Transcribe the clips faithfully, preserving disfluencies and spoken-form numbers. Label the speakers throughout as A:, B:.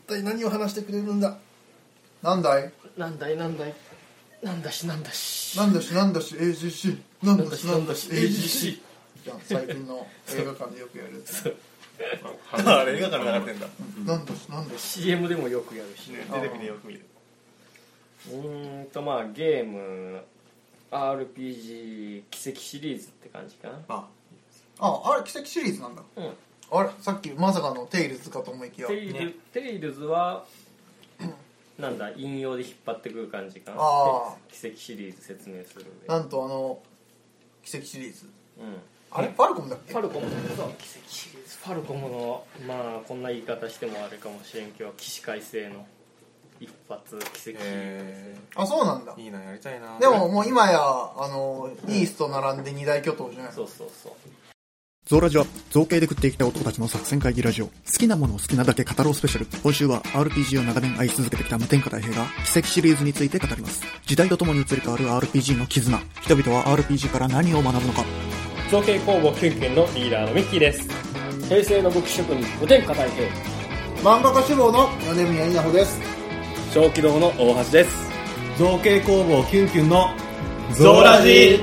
A: 体何を話してくれるんだ。なんだい
B: なんだいなんだいなんだしなんだし
A: なんだしなんだし エージーシー なんだしなんだし エージーシー
B: ー
A: じゃん、最近の映画館でよくやるやつ
C: あれ映画館で流れてんだ、
A: うん、なんだしなんだし
B: シーエム でもよくやるし、
C: ね、テレビでよく見る。
B: うーんとまあゲーム アールピージー 奇跡シリーズって感じかな。
C: あ
A: あ、あれ奇跡シリーズなんだ。
B: うん
A: あれさっきまさかのテイルズかと思いきや
B: テイル、
C: ね
B: テイルズはなんだ引用で引っ張ってくる感じかな。
A: あ
B: 奇跡シリーズ説明する上
A: なんとあの奇跡シリーズ、
B: うん
A: あれファルコムだっけ。
B: ファルコムのそう奇跡シリーズファルコムのまあこんな言い方してもあれかもしれんけど起死回生の一発奇跡シリーズです
C: へ
B: ね。
A: あ、そうなんだ。
C: いいな、やりたいな。
A: でももう今やあのイースと並んで二大巨頭じゃない。
B: そうそうそう。
D: ゾウラジは造形で食っていきたい男たちの作戦会議ラジオ。好きなものを好きなだけ語ろうスペシャル。今週は アールピージー を長年愛し続けてきた無天下太平が奇跡シリーズについて語ります。時代とともに移り変わる アールピージー の絆。人々は アールピージー から何を学ぶのか。
E: 造形工房キュンキュンのリーダーのミッキーです。
B: 平成の武器職人無天下太平。
A: 漫画家志望の米宮稲穂です。
E: 小気道の大橋です。
F: 造形工房キュンキュンの
E: ゾウラジ。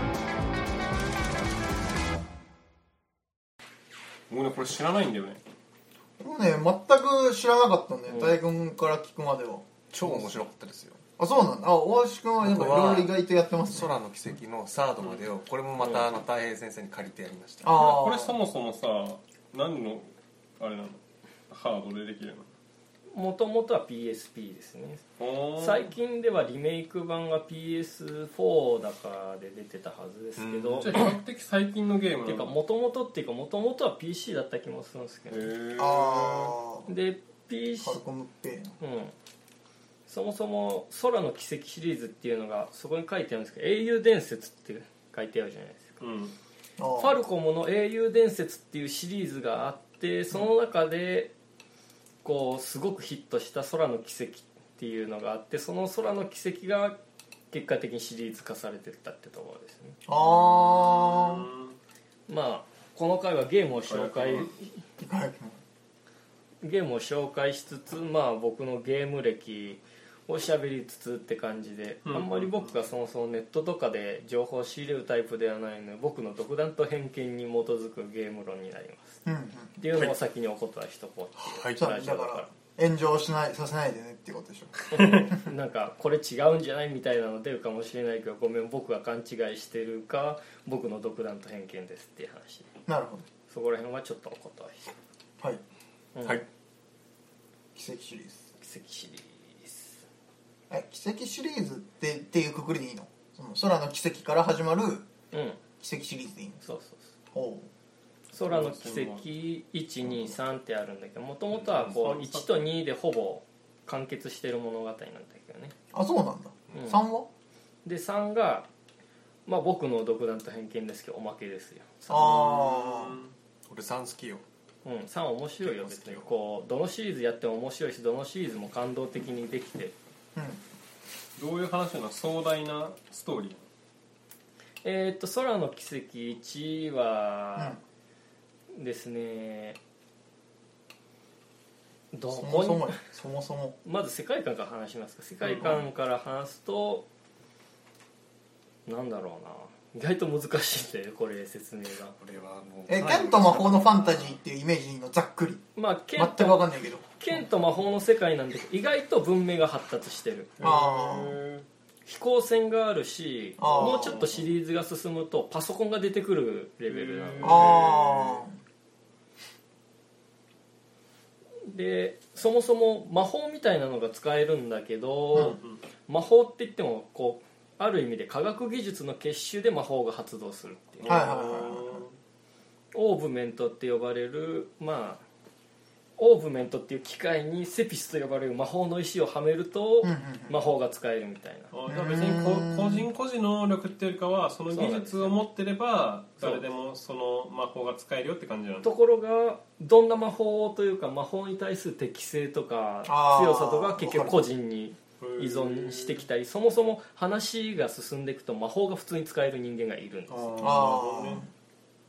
C: もうね、これ知らないんだよね。
A: もうね全く知らなかったんで、大君から聞くまでは。
C: 超面白かったですよ。
A: あ、そうなんだ。あ、大橋君はなんかいろいろ意外とやってますね。
C: 空の奇跡のサードまでを、これもまたあの太平先生に借りてやりました。
A: あ
G: これそもそもさ、何のあれなの、ハードでできる
B: もともとは ピーエスピー ですね。
G: の。
B: 最近ではリメイク版が ピーエスフォー だかで出てたはずですけど、
G: じゃあ比較的最近のゲーム
B: っていうか
G: なの。
B: もともとっていうかもともとは ピーシー だった気もするんですけど、
G: へー
A: あー
B: で ピーシー
A: ファルコムっぺーな。
B: うん、そもそも空の奇跡シリーズっていうのがそこに書いてあるんですけど、英雄伝説って書いてあるじゃないですか。
G: うん
A: あ
B: ファルコムの英雄伝説っていうシリーズがあって、その中でこうすごくヒットした空の奇跡っていうのがあって、その空の奇跡が結果的にシリーズ化されてったってところですね。
A: あ
B: まあこの回はゲームを紹介
A: ーはい
B: ゲームを紹介しつつ、まあ僕のゲーム歴を喋りつつって感じで、
G: うん
B: あんまり僕がそもそもネットとかで情報を仕入れるタイプではないので、僕の独断と偏見に基づくゲーム論になります
A: うんうん。
B: っていうのを先にお断りしとこうっていう
A: じゃあ
B: ラジオだか
A: だから炎上しないさせないでねっていうことでしょ。
B: らなんかこれ違うんじゃないみたいなの出るかもしれないけど、ごめん僕が勘違いしてるか僕の独断と偏見ですっていう話で、
A: なるほ
B: そこら辺はちょっとお断りし
A: ど。はい。
B: うん
C: はい。
A: 奇跡シリーズ。
B: 奇跡シリーズ
A: え、奇跡シリーズってっていうくくりでいいの？その空の奇跡から始まる
B: うん
A: 奇跡シリーズでいいの？
B: そうそうそう
A: ほ
B: 空の奇跡いちにさんってあるんだけど、もともとはこういちとにでほぼ完結してる物語なんだけどね。
A: う。あ、そうなんだ。
B: うん
A: さんは？
B: でさんがまあ僕の独断と偏見ですけどおまけですよ。
A: あ
C: 俺さん好きよ。
B: うん、さん面白いよ別に。こうどのシリーズやっても面白いし、どのシリーズも感動的にできて、
A: あ。うん。
G: どういう話なの、壮大なストーリー。
B: えー、っと空の奇跡いちはですね、ど
A: そ
B: こに
A: もそもそもそも。
B: まず世界観から話しますか。世界観から話すと、なんだろうな、意外と難しいんだよこれ説明が。
C: これはもう。
A: え、剣と魔法のファンタジーっていうイメージのざっくり。
B: まあ剣
A: 全くわかんないけど。
B: 剣と魔法の世界なんで意外と文明が発達してる。
A: あ
B: 飛行船があるし、
A: あー
B: もうちょっとシリーズが進むとパソコンが出てくるレベルな
A: あ。
B: の
A: あ
B: で、そもそも魔法みたいなのが使えるんだけど、
G: うん
B: 魔法って言ってもこうある意味で科学技術の結集で魔法が発動するっていう、
A: あ。はいはいはいはい。
B: オーブメントって呼ばれる、まあオーブメントっていう機械にセピスと呼ばれる魔法の石をはめると
A: うんうん
B: 魔法が使えるみたいな。
G: あ、じゃあ別にこ個人個人の能力っていうよりかは、その技術を持ってれば誰でもその魔法が使えるよって感じなの。
B: ところがどんな魔法というか魔法に対する適性とか
A: あー
B: 強さとか結局個人に依存してきたり、そもそも話が進んでいくと魔法が普通に使える人間がいるんですよ。
A: あ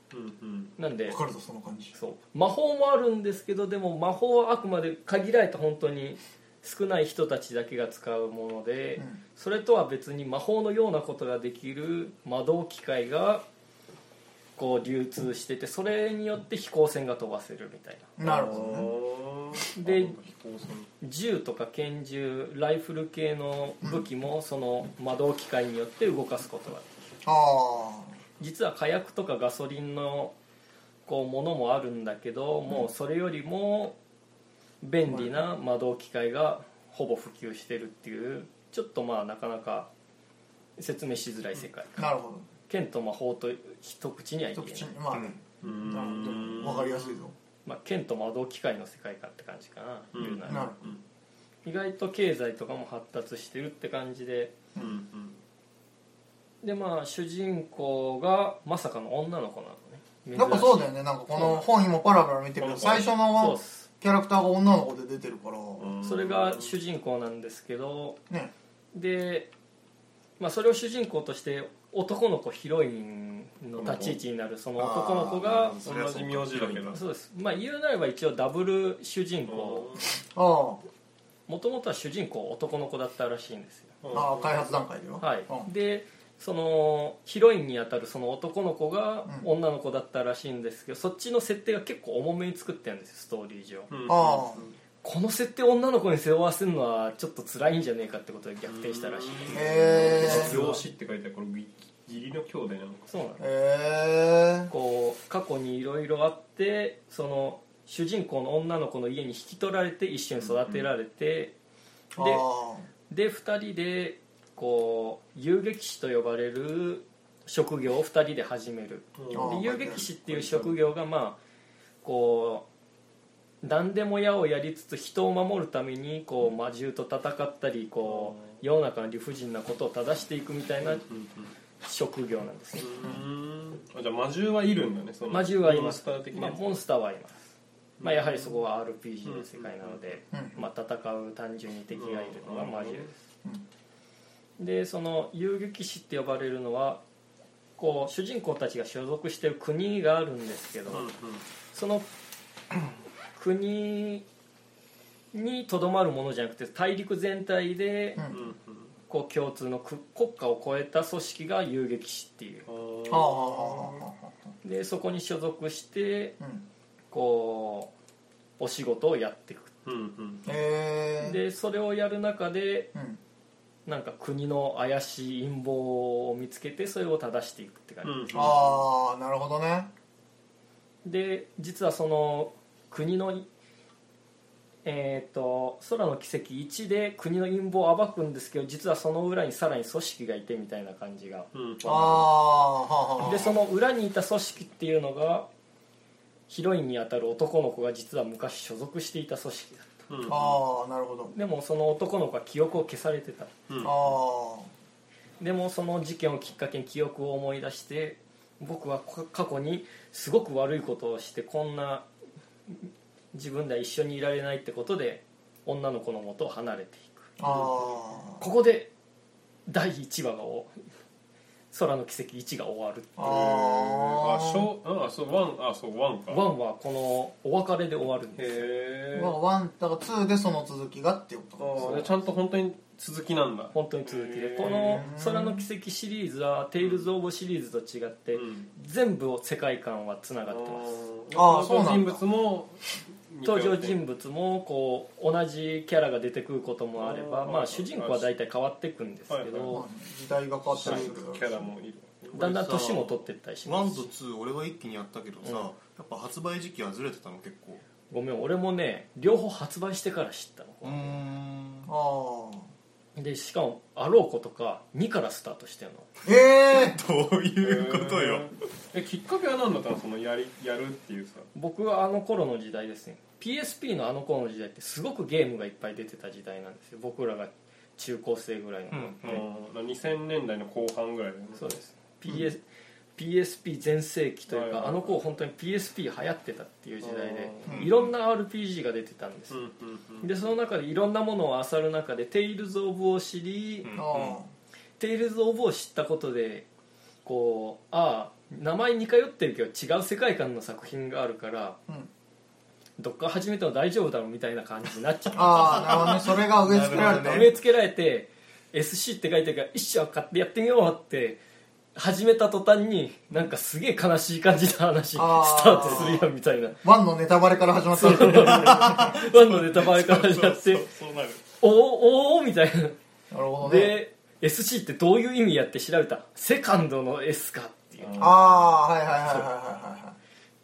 G: うんうん
B: なんで
A: 分かるぞその感じ。
B: そう魔法もあるんですけど、でも魔法はあくまで限られた本当に少ない人たちだけが使うもので、
A: うん
B: それとは別に魔法のようなことができる魔導機械がこう流通してて、それによって飛行船が飛ばせるみたいな。
A: なるほどね。
B: で
G: 飛行船
B: 銃とか拳銃ライフル系の武器もその魔導機械によって動かすことができる。
A: あ
B: 実は火薬とかガソリンのこうものもあるんだけど、もうそれよりも便利な魔導機械がほぼ普及してるっていう、ちょっとまあなかなか説明しづらい世界、
A: あなるほど。
B: 剣と魔法と一口には
A: 一
B: 言えない、
A: 口にまあね、
G: うん
A: なるほど分かりやすいぞ。
B: まあ、剣と魔導機械の世界観って感じかな、
G: うん
B: 言うなら
A: なる
B: 意外と経済とかも発達してるって感じで、
G: うんうん
B: でまあ主人公がまさかの女の子なのね。
A: やっぱそうだよ
B: ね。
A: ね。なんかこの本今パラパラ見てるけど、最初
B: そう
A: の
B: っす。
A: キャラクターが女の子で出てるから
G: うん
B: それが主人公なんですけど、
A: ね。
B: で、まあ、それを主人公として男の子ヒロインの立ち位置になるその男の子が、
C: それはそう
G: 同じ名字だけど
B: そうです、まあ、言うなれば一応ダブル主人公、
A: あ
B: もともとは主人公男の子だったらしいんですよ。
A: あ、ああ開発段階では。
B: はい、
A: うん
B: でそのヒロインにあたるその男の子が
A: うん
B: 女の子だったらしいんですけど、そっちの設定が結構重めに作ってるんですよ、ストーリー上。
G: うん
A: あ
B: この設定を女の子に背負わせるのはちょっと辛いんじゃねえかってことで逆転したらしい。
A: あ。へえ。
G: 養子って書いてあるこれ義理の兄弟なのか
B: そうなんです。
A: へえ。
B: こう過去にいろいろあって、その主人公の女の子の家に引き取られて一緒に育てられて、
A: あ
B: ででふたりでこう遊撃士と呼ばれる職業をふたりで始める。
A: あ
B: で遊撃士っていう職業がまあこう何でも矢をやりつつ人を守るためにこう魔獣と戦ったりこう世の中の理不尽なことを正していくみたいな職業なんですよ。
G: うんあじゃあ魔獣はいるんだねその
B: 魔獣はいます
G: モンスター的な
B: まあ、
G: やつ
B: モンスターはいます、まあ、やはりそこは アールピージー の世界なので、
A: うん
B: まあ、戦う単純に敵がいるのが魔獣です、でその遊撃士って呼ばれるのはこう主人公たちが所属している国があるんですけど、
G: うんうん
B: その国にとどまるものじゃなくて大陸全体で
A: うん
G: うんうん
B: こう共通のく国家を超えた組織が遊撃士っていう。
A: ああ。ああ。
B: でそこに所属して
A: うん。
B: こうお仕事をやっていく。
G: うんうん
A: へえ。
B: でそれをやる中で
A: うん。
B: なんか国の怪しい陰謀を見つけてそれを正していくって感じ、
G: うん
A: ああ、なるほどね。
B: で実はその国のえー、と空の奇跡いちで国の陰謀を暴くんですけど、実はその裏にさらに組織がいてみたいな感じが
G: うん
A: ああ、はあはあ。
B: でその裏にいた組織っていうのがヒロインにあたる男の子が実は昔所属していた組織だっ
G: うん
A: ああ、なるほど。
B: た。でもその男の子は記憶を消されてた。
G: うん
A: ああ。
B: でもその事件をきっかけに記憶を思い出して、僕は過去にすごく悪いことをしてこんな自分では一緒にいられないってことで女の子の元を離れていく。
A: あ
B: ここでだいいちわがお空の奇跡いちが終わるっていう。
A: あ。
G: あ
A: あ
G: しょうあそうワンあそうワンか
B: ワンはこのお別れで終わるんですよ。
G: へえ
A: あ。ワンだからツーでその続きがっていうことか。
G: ちゃんと本当に続きなんだ
B: 本当に続きで、
G: へー
B: この空の奇跡シリーズはテイルズ・オブシリーズと違って、
G: うん
B: 全部世界観はつながってます。
A: あーそうなんだ
G: 登場人物も
B: 登場人物もこう同じキャラが出てくることもあれば、
G: あー
B: まあ、主人公は大体変わっていくんですけ
G: はい
B: ど、
A: まあ時代が変わったりする
G: キャラもいる
B: だんだん年も取っていったりし
C: ワンと
B: ます。
C: ツー俺は一気にやったけどさ、
B: うん
C: やっぱ発売時期はずれてたの結構。
B: ごめん、俺もね両方発売してから知った
C: うーん
A: ああ。
B: ので、しかもあろうことかにからスタートしてるの。
A: ええ。
C: どういうことよ。
G: えきっかけは何だったのそのやりやるっていうさ
B: 僕はあの頃の時代ですね。 ピーエスピー のあの頃の時代ってすごくゲームがいっぱい出てた時代なんですよ、僕らが中高生ぐらいの頃って、
G: にせんねんだいの後半ぐらいだよね
B: そうです、ピーエスピーエスピー 全盛期というか、
G: はいはいはい
B: あの頃本当に ピーエスピー 流行ってたっていう時代で、
A: うん
B: いろんな アールピージー が出てたんです、
G: うんうんうん
B: でその中でいろんなものを漁る中でテイルズ・オブを知り、
C: うん
A: あ
B: テイルズ・オブを知ったことでこうああ名前似通ってるけど違う世界観の作品があるから、
A: うん、
B: どっから始めても大丈夫だろうみたいな感じになっちゃう
A: ああなるほどね、それが植え付けられて、
B: 植え付けられて エスシー って書いてるから一緒買ってやってみようって始めた途端になんかすげえ悲しい感じの話スタートするやんみたいな、
A: ワンのネタバレから始まった
B: ワンのネタバレから始まっておおおおみたいな。なる
A: ほどね。
B: で エスシー ってどういう意味やって調べた、セカンドの S かっていう。
A: ああーはいはいはいはいはいはい。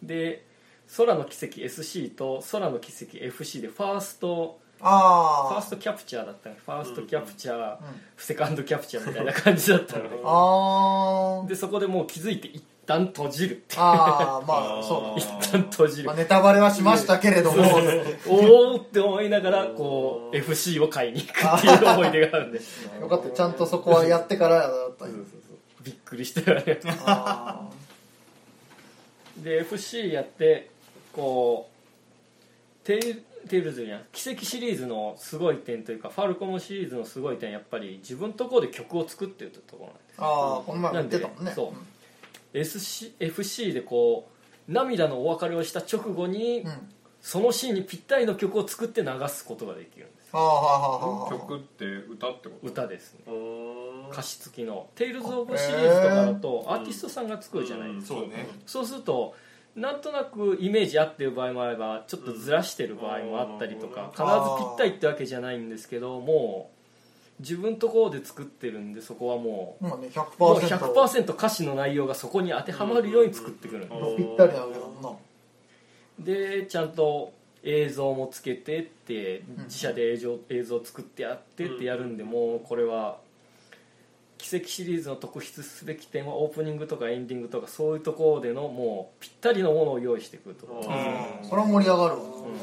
B: で空の奇跡 エスシー と空の奇跡 エフシー でファースト
A: あ
B: ファーストキャプチャーだったの、ファーストキャプチャー、うんうん、セカンドキャプチャーみたいな感じだったので、
A: あ
B: でそこでもう気づいて一旦閉じるって
A: ああまあそう
B: 一旦閉じる、
A: まあ、ネタバレはしましたけれども
B: おおって思いながらこう エフシー を買いに行くっていう思い出があるんで
A: よかった、ちゃんとそこはやってからだった
B: びっくりしたよね
A: あ
B: で エフシー やってこうテイルテイルズには奇跡シリーズのすごい点というかファルコムシリーズのすごい点やっぱり自分のところで曲を作ってるところなんです。
A: ああこの前も言ってたもんね。
B: そう、うん、エスシー、エフシー でこう涙のお別れをした直後に、うん、そのシーンにぴったりの曲を作って流すことができるんです。
A: ああはあはあ、
G: 曲って歌ってこと？
B: 歌ですね。歌詞付きのテイルズ・オブシリーズとかだとアーティストさんが作るじゃないですか、
C: うんうん、そうね、
B: そうするとなんとなくイメージ合ってる場合もあればちょっとずらしてる場合もあったりとか、必ずぴったりってわけじゃないんですけど、もう自分のところで作ってるんで、そこはもう、
A: まあね、ひゃくパーセント
B: ひゃくパーセント 歌詞の内容がそこに当てはまるように作ってくるんで、
A: ぴったりなわけだもんな。
B: でちゃんと映像もつけてって自社で映像、映像作ってやってってやるんで、もうこれは奇跡シリーズの特筆すべき点はオープニングとかエンディングとかそういうところでのもうぴったりのものを用意してくるところですね。
A: それは盛り上がるわ、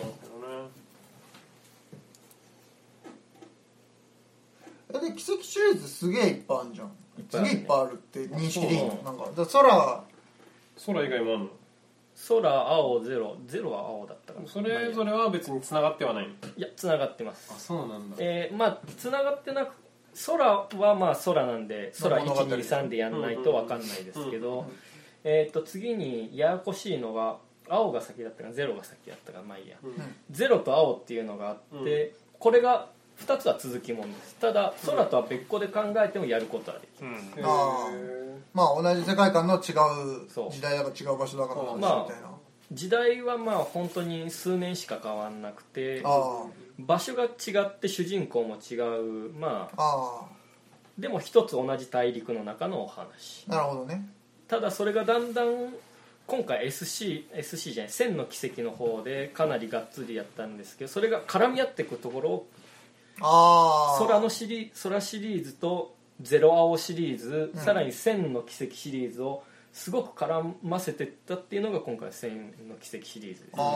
A: うん、で奇跡シリーズすげえいっぱいあるじゃん。すげえいっぱいあるって認識でいいの？なんかだ空
G: 空以外もあるの？
B: 空青ゼロゼロは青だったかな。
G: それぞれは別に繋がってはないの？
B: いや繋がってます。
G: あ、そうなんだ。
B: えー、まあ繋がってなく空はまあ空なんで空いちにさんでやんないと分かんないですけど、えーと次にややこしいのが青が先だったかゼロが先だったかまあいいや、うん、ゼロと青っていうのがあって、うん、これがふたつは続きもんです。ただ空とは別個で考えてもやることはできます、うん、
A: あまあ同じ世界観の違う時代だから違う場所だからみたいな、まあ、
B: 時代はまあ本当に数年しか変わんなくて、場所が違って主人公も違う、まあ、あでも一つ同じ大陸の中のお話。
A: なるほどね。
B: ただそれがだんだん今回 エスシー、エスシー じゃない千の奇跡の方でかなりがっつりやったんですけど、それが絡み合っていくところを
A: あ
B: 空のシリ空シリーズとゼロ青シリーズ、うん、さらに千の奇跡シリーズをすごく絡ませていったっていうのが今回千の奇跡シリーズです。
A: あ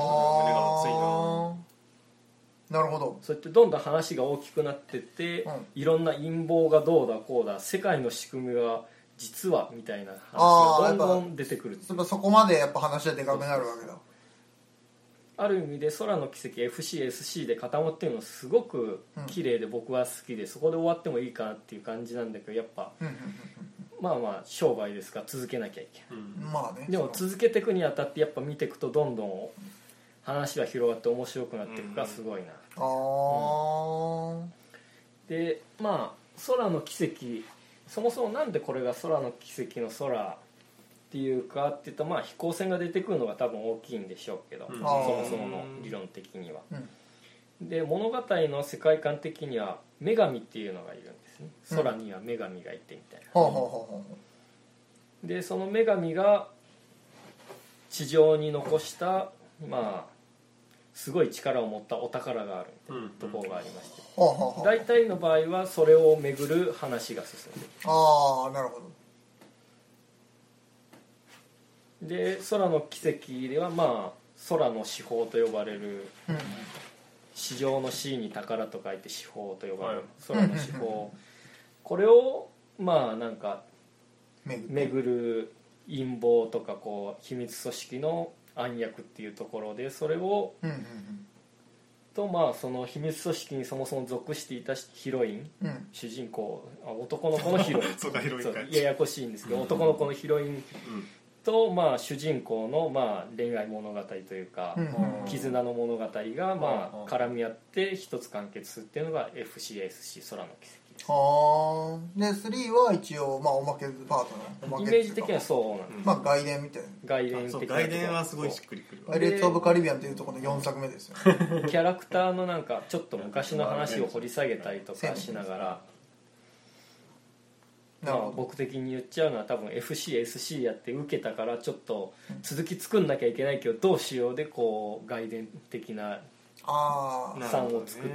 A: なるほど。
B: そうやってどんどん話が大きくなってって、うん、いろんな陰謀がどうだこうだ世界の仕組みが実はみたいな話がどんどん出てくる。
A: そこまでやっぱ話はでかくなるわけだ。
B: ある意味で空の奇跡 エフシー、エスシー で固まってるのすごく綺麗で僕は好きで、うん、そこで終わってもいいかなっていう感じなんだけど、やっぱ、うんうんうんうん、まあまあ商売ですから続けなきゃいけない、
A: うん、まあね、
B: でも続けていくにあたってやっぱ見ていくとどんどん話が広がって面白くなっていくからすごいな、
A: うんうん、
B: でまあ空の奇跡、そもそもなんでこれが空の奇跡の空っていうかっていったら、まあ飛行船が出てくるのが多分大きいんでしょうけど、うん、そもそもの理論的には、うん、で物語の世界観的には女神っていうのがいるんですね。空には女神がいてみたいな、うん、でその女神が地上に残したまあすごい力を持ったお宝があるみたいなところがありまして、うん、大体の場合はそれを巡る話が進んでいく。
A: ああなるほど。
B: で空の奇跡ではまあ空の四方と呼ばれる、うん、地上の C に宝と書いて四方と呼ばれる、はい、空の四方これをまあなんか巡る陰謀とかこう秘密組織の暗躍っていうところで、それをとまあその秘密組織にそもそも属していたヒロイン、
A: うん、
B: 主人公あ男の子のヒロイン
F: そうかヒロインか
B: ややこしいんですけど、男の子のヒロインと、まあ、主人公のまあ恋愛物語というか、
A: うん、
B: 絆の物語がまあ絡み合って一つ完結するっていうのが エフシーエスシー 空の奇跡です。
A: はあ。でスリーは一応、まあ、おまけパートのおまけ
B: イメージ的にはそうなんです、
A: まあ、外伝みたいな
B: 外伝的な
F: そう外伝はすごいしっくりくる
A: パイレーツ・オブ・カリビアンというところのよんさくめですよ、ね、
B: キャラクターのなんかちょっと昔の話を掘り下げたりとかしながら、まあ、僕的に言っちゃうのは多分 エフシーエスシー やって受けたからちょっと続き作んなきゃいけないけどどうしようでこう外伝的なさんを作って、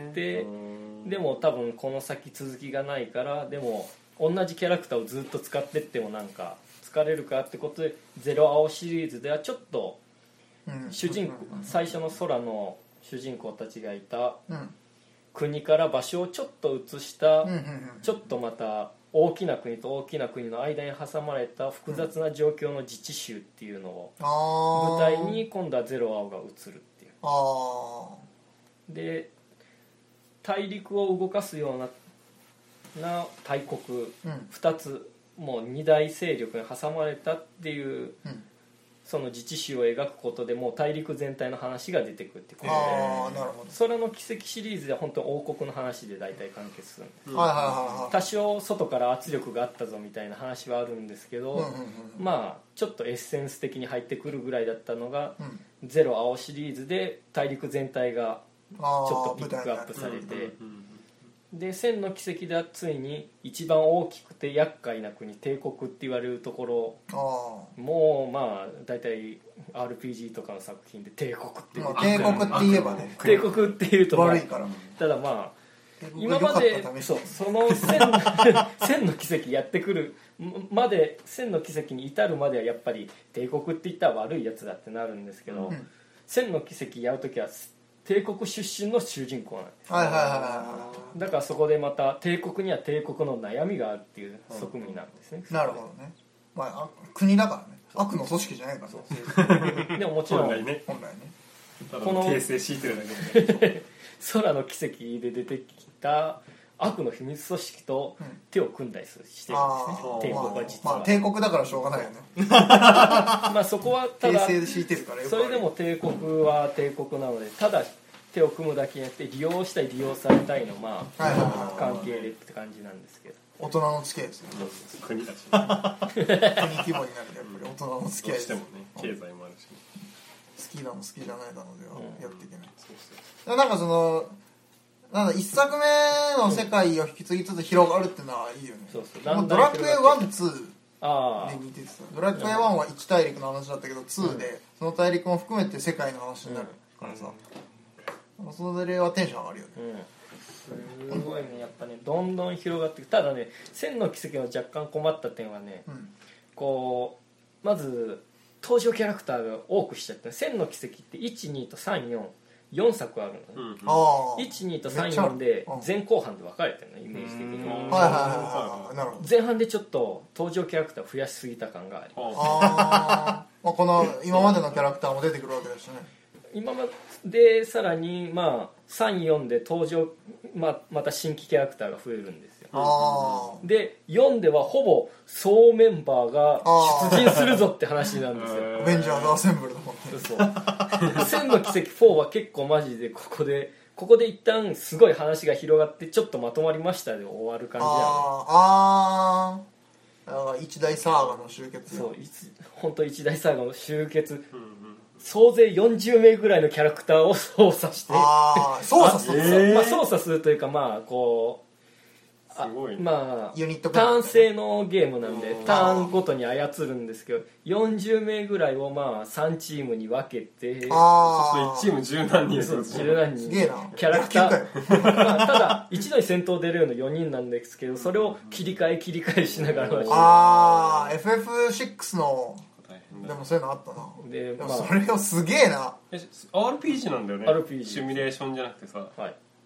B: でも多分この先続きがないからでも同じキャラクターをずっと使ってってもなんか疲れるかってことでゼロ青シリーズではちょっと主人公最初の空の主人公たちがいた国から場所をちょっと移したちょっとまた大きな国と大きな国の間に挟まれた複雑な状況の自治州っていうのを舞台に今度はゼロ青が移るっていう。
A: あ
B: で大陸を動かすようなな大国ふたつ、もうに大勢力に挟まれたっていう、うん、その自治州を描くことでもう大陸全体の話が出てくるってことで、
A: あなるほど。
B: 空の奇跡シリーズでは本当に王国の話で大体完結するんです、
A: うん、はいはいはいはい、
B: 多少外から圧力があったぞみたいな話はあるんですけど、うんうんうん、まあちょっとエッセンス的に入ってくるぐらいだったのが、うん、ゼロ青シリーズで大陸全体がちょっとピックアップされて、で千の奇跡ではついに一番大きくて厄介な国帝国って言われるところもうまあ大体 アールピージー とかの作品で帝国って
A: まあ、帝国って言えばね
B: 帝国って言うと、まあ、
A: 悪いから
B: ただまあ今までそうその千千の奇跡やってくるまで千の奇跡に至るまではやっぱり帝国って言ったら悪いやつだってなるんですけど、うん、千の奇跡やるときは帝国出身の主人公なんです、
A: はいはいはいはい、
B: だからそこでまた帝国には帝国の悩みがあるっていう側面なんですね、
A: うん、なるほどね、まあ、国だからね悪の組織じゃないからね
B: でももちろん
G: 本来ね
A: 本来ね
G: この形成敷いてるだけで
B: 空の奇跡で出てきた悪の秘密組織と手を組んだりしてるんですね、うん、帝国は実は、
A: まあ、帝国だからしょうがないよね
B: まあそこはただ
A: 形成で敷いてるからよく
B: それでも帝国は帝国なのでただ手を組むだけじゃなくて利用したい利用されたいのまあ、はいはいはいはい、関係でって感じなんですけど
A: 大人の付き合いですね
G: 国たち
A: 国規模になるとやっぱり大人の付き合いです
G: どうしてもね経済もあるし、ね、
A: 好きだの好きじゃないだのではやっていけない、うん、そうそうなんかそのなんだ一作目の世界を引き継ぎつつ広がるっていうのはいいよね、うん、そうそうドラクエワン、ツーで似ててさドラクエワンはいち大陸の話だったけどツーでその大陸も含めて世界の話になるからさ、うん、それはテンション上がるよね、
B: うん、すごいねやっぱねどんどん広がっていく。ただね千の奇跡の若干困った点はね、うん、こうまず登場キャラクターが多くしちゃって千の奇跡っていち、にとさん、よんよんさくあるのね、うん、いち、にとさん、よんで前後半で分かれてるのイメージ的に、はいはいはいはい、前半でちょっと登場キャラクター増やしすぎた感があります。
A: あ、まあ、この今までのキャラクターも出てくるわけですね。
B: 今までさらにまあさん、よんで登場、まあ、また新規キャラクターが増えるんですよ。あでよんではほぼ総メンバーが出陣するぞって話なんですよ。
A: アベンジャーズアセンブルだもんね。
B: そう千の奇跡フォーは結構マジでここでここで一旦すごい話が広がってちょっとまとまりましたで終わる感じなの。
A: ああ一大サーガの集結。
B: そう本当一大サーガの集結、うんうん、総勢よんじゅうめいぐらいのキャラクターを操作して
A: あ操作する、
B: えーまあ、操作するというかまあこう
G: すごい、ね、
B: まあ
A: ユニット
B: ターン制のゲームなんでターンごとに操るんですけどよんじゅうめいぐらいをまあさんチームに分けて
G: あそうそういちチームじゅうなんにん
B: そうじゅうなんにん
A: すげえな
B: キャラクター、まあ、ただ一度に戦闘出れるのよにんなんですけどそれを切り替え切り替えしながら
A: ああ エフエフシックス のでもそういうのあったな
B: で、
A: まあ、それをすげえな
G: え アールピージー なんだよね
B: アールピージー
G: シミュレーションじゃなくてさ、
B: はい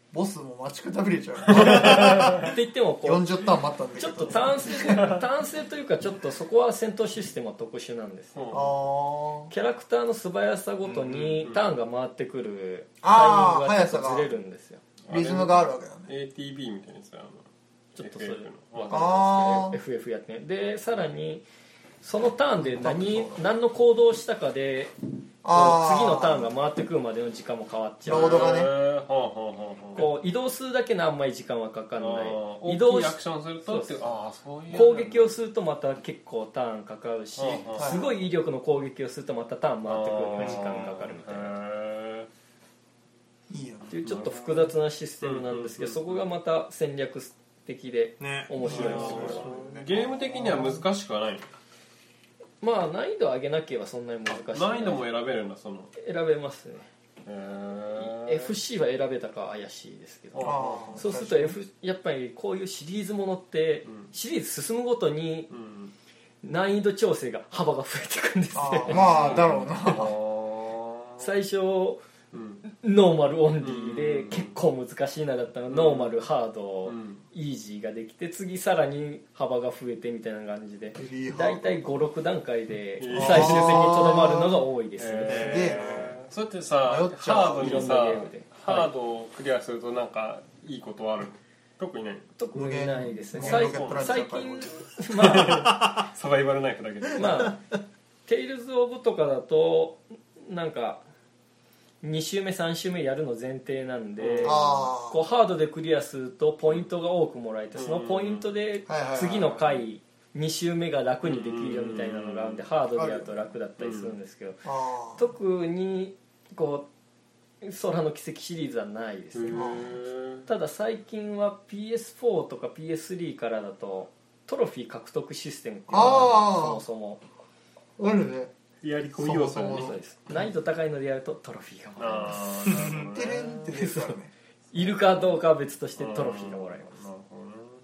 A: ボスも待ちくたびれちゃう
B: って言ってもこう
A: よんじゅうターン待ったんだけど
B: ちょっと単性単性というかちょっとそこは戦闘システムは特殊なんですよ、
A: あ
B: キャラクターの素早さごとにターンが回ってくるタイミングがちょっとずれるんですよ。
A: リズムがあるわけだね。
G: エーティービー みたいなやつだよ
B: ちょっとそれ
G: エフエフ の
A: あー
B: エフエフ やってね。でさらにそのターンで何何の行動をしたかで
A: あー
B: 次のターンが回ってくるまでの時間も変わっちゃう。
A: ロードがね
G: へーほうほうほうほう
B: こう移動するだけのあんまり時間はかかんない。
G: 移
B: 移動し
G: 動アクションするとって
B: そうそう
G: ああそういう
B: 攻撃をするとまた結構ターンかかるし、
G: うんうん
B: すごい威力の攻撃をするとまたターン回ってくるのに時間かかるみたいな
G: へ
A: いいよね
B: っていうちょっと複雑なシステムなんですけど、そこがまた戦略的で
F: ね
B: 面白いですよ、
G: ーゲーム的には難しくはないの
B: まあ難易度上げなければそんなに難しい
G: 難易度も選べるんだその
B: 選べますね。
G: へー
B: エフシー は選べたか怪しいですけど、
A: あー
B: そうすると F やっぱりこういうシリーズものって
G: うん
B: シリーズ進むごとに
G: うん
B: 難易度調整が幅が増えていくんです
A: あ
B: ね
A: ーまあだろうな
G: あー
B: 最初
G: うん
B: ノーマルオンリーで
G: うん
B: 結構難しいなだったらノーマルハード
G: うん
B: イージーができて次さらに幅が増えてみたいな感じで
A: ベリーハード
B: だいたいごろく段階で
G: えー
B: 最終的にとどまるのが多いですね、
G: えーそうやってさ
A: 迷っちゃう
G: ハードに
B: いろんな
G: さ
B: ゲームで
G: ハードをクリアするとなんかいいことはある特にない
B: 特にないですね
A: 無限
B: 最
A: ロケットランチャ
B: 最
A: ーから
B: 近まあ
G: サバイバルナイフだけで
B: まあテイルズ・オブとかだとなんかに周目さん周目やるの前提なんで
A: あ
B: こうハードでクリアするとポイントが多くもらえてそのポイントで
A: はいはいはい
B: 次の回に周目が楽にできるよみたいなのがあるんでハードでやると楽だったりするんですけど
A: あー
B: 特にこう空の奇跡シリーズはないですねただ最近は ピーエスフォー とか ピーエススリー からだとトロフィー獲得システムっていうのが
A: あー
B: そもそも
A: あるね
G: やり込み要素
A: そう
B: そうです難易度高いのでやるとトロフィーがもらえます
G: あーなるほどね
A: テレンって出てたらね
B: いるかどうかは別としてトロフィーがもらえます
G: なるほ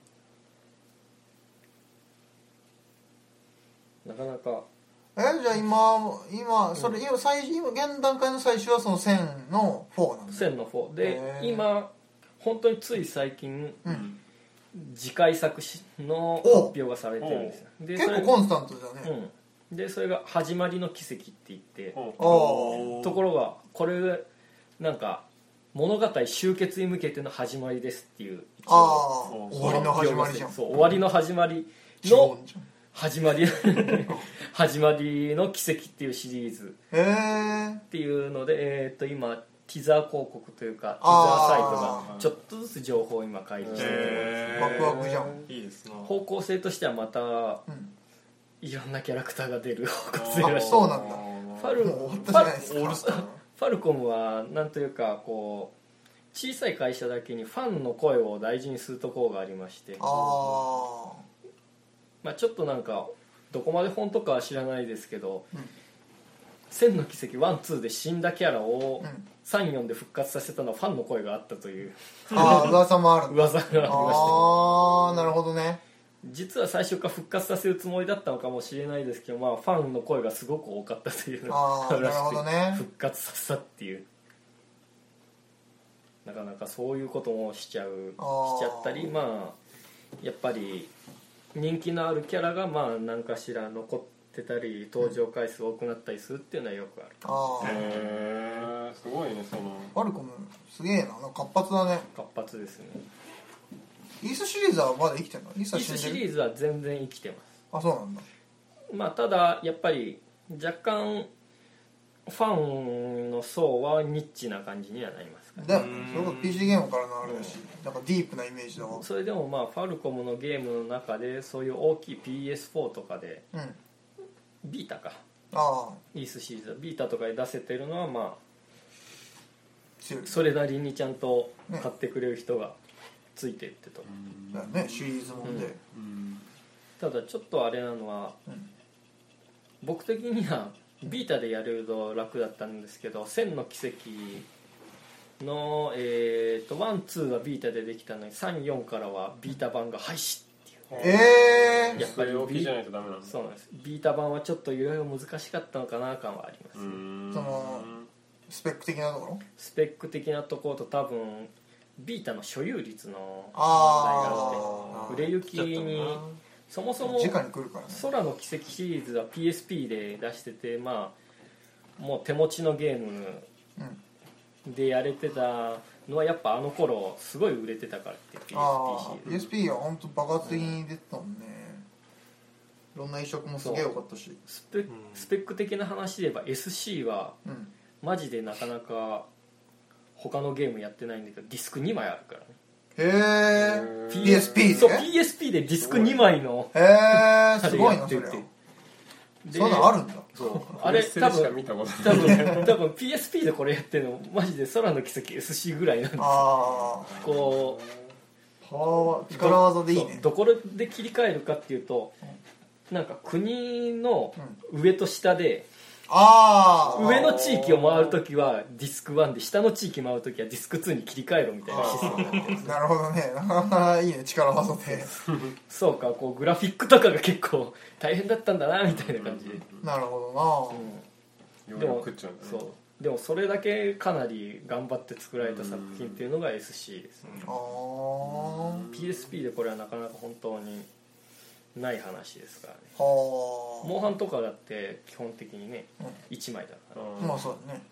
G: どね
B: なかなか
A: えじゃあ今今それ今最今現段階の最終はそのせんのフォーなんだ
B: 線の方で
A: へー
B: 今本当につい最近
A: うん
B: 次回作の発表がされてるんですよで
A: 結
B: それ
A: 構コンスタントだね
B: うん、でそれが「始まりの奇跡」って言って
A: ああ
B: ところがこれなんか物語終結に向けての始まりですっていう一応
A: ああ終わりの始まりじゃん
B: そう終わりの始まり
A: 呪
B: の
A: 文じゃん
B: 始まり始まりの奇跡っていうシリーズ
A: へえ
B: っていうので、えー、と今ティザー広告というかティザーサイトがちょっとずつ情報を今開示してて
F: へ
A: ワクワクじゃん
F: いいですな
B: 方向性としてはまた
A: うん
B: いろんなキャラクターが出る方向性
A: あ
B: らしい
A: そうなんだ
B: ファル
A: もう終わったじゃないですか
F: オールスター
B: ファルコムはなんというかこう小さい会社だけにファンの声を大事にするところがありまして
A: あ
B: まあ、ちょっとなんかどこまで本当かは知らないですけど
A: うん
B: 「千の奇跡ワンツー」で死んだキャラを
A: あうん
B: さんよんで復活させたのはファンの声があったという
A: ああ噂もあるんだ
B: 噂がありまして
A: ああなるほどね
B: 実は最初から復活させるつもりだったのかもしれないですけど、まあ、ファンの声がすごく多かったというの
A: ああなるほどね
B: 復活させたっていうなかなかそういうこともしちゃう
A: あー
B: しちゃったりまあやっぱり人気のあるキャラがまあ何かしら残ってたり登場回数多くなったりするっていうのはよくある
A: ああ
G: へえすごいねその
A: ファルコムすげえななんか活発だね
B: 活発ですね
A: イースシリーズはまだ生きてるのイース
B: イースシ
A: は死んでる
B: リーズは全然生きてま
A: あそうなんだ
B: すまあただやっぱり若干ファンの層はニッチな感じにはなりますから
A: だよねそれこそ ピーシー ゲームからのあれだしなんかディープなイメージだわ
B: それでもまあファルコムのゲームの中でそういう大きい ピーエスフォー とかで
A: うんあ
B: ビータか
A: あ
B: イースシリーズビータとかで出せてるのはまあ
A: 強い
B: それなりにちゃんと買ってくれる人がついてってと、
A: だよねシリーズもんで
B: ただちょっとあれなのは、
A: うん
B: 僕的にはビータでやれると楽だったんですけど千の奇跡の、えー、とワンツーはビータでできたのにさんよんからはビータ版が廃止っていう
A: ええ
B: やっぱり
G: 大きいじゃないとダメなんだ
B: そうなんですビータ版はちょっといろいろ難しかったのかな感はあります、
G: うん
A: そのスペック的なところ
B: スペック的なところと多分ビータの所有率の問題が
A: あ
B: あって売れ行きにそもそも
A: 直に来るからね。
B: 空の奇跡シリーズは ピーエスピー で出してて、まあもう手持ちのゲームでやれてたのはやっぱあの頃すごい売れてたからって ピーエスピー シリーズ。
A: ピーエスピー は本当爆発的に出てたもんね、いろんな移植もすげえ良かったし。
B: スペ、スペック的な話で言えば エスシー は
A: うん
B: マジでなかなか他のゲームやってないんだけどディスクにまいあるからね。
A: へえ ピーエスピー で
B: そう ピーエスピー でディスクにまいの
A: へえすごいな
B: あれやって
A: それは。
B: て
A: そんなんあるんだ。
B: そうあれ
G: プレ
B: 多分
G: ステでしか見たことない
B: 多分多分 ピーエスピー でこれやってるのマジで空の奇跡 エスシー ぐらいなんですよ。
A: あ
B: こ
A: あは力技でいいね。
B: どこで切り替えるかっていうとなんか国の上と下で
A: ああ
B: 上の地域を回るときはディスクワンで下の地域回るときはディスクツーに切り替えろみたいなシステムになってるんです。
A: なるほどね。なかなかいいね力技で。
B: そうかこうグラフィックとかが結構大変だったんだなみたいな感じで、
A: なるほ
B: うん
G: ようやく食っちゃうんだね
B: そうでもそれだけかなり頑張って作られた作品っていうのが エスシー ですね。
A: どな。ああ
B: ピーエスピー でこれはなかなか本当にない話ですからね。
A: は
B: モンハンとかだって基本的にね、
A: うん
B: いちまいだから、
A: あまあそうだね。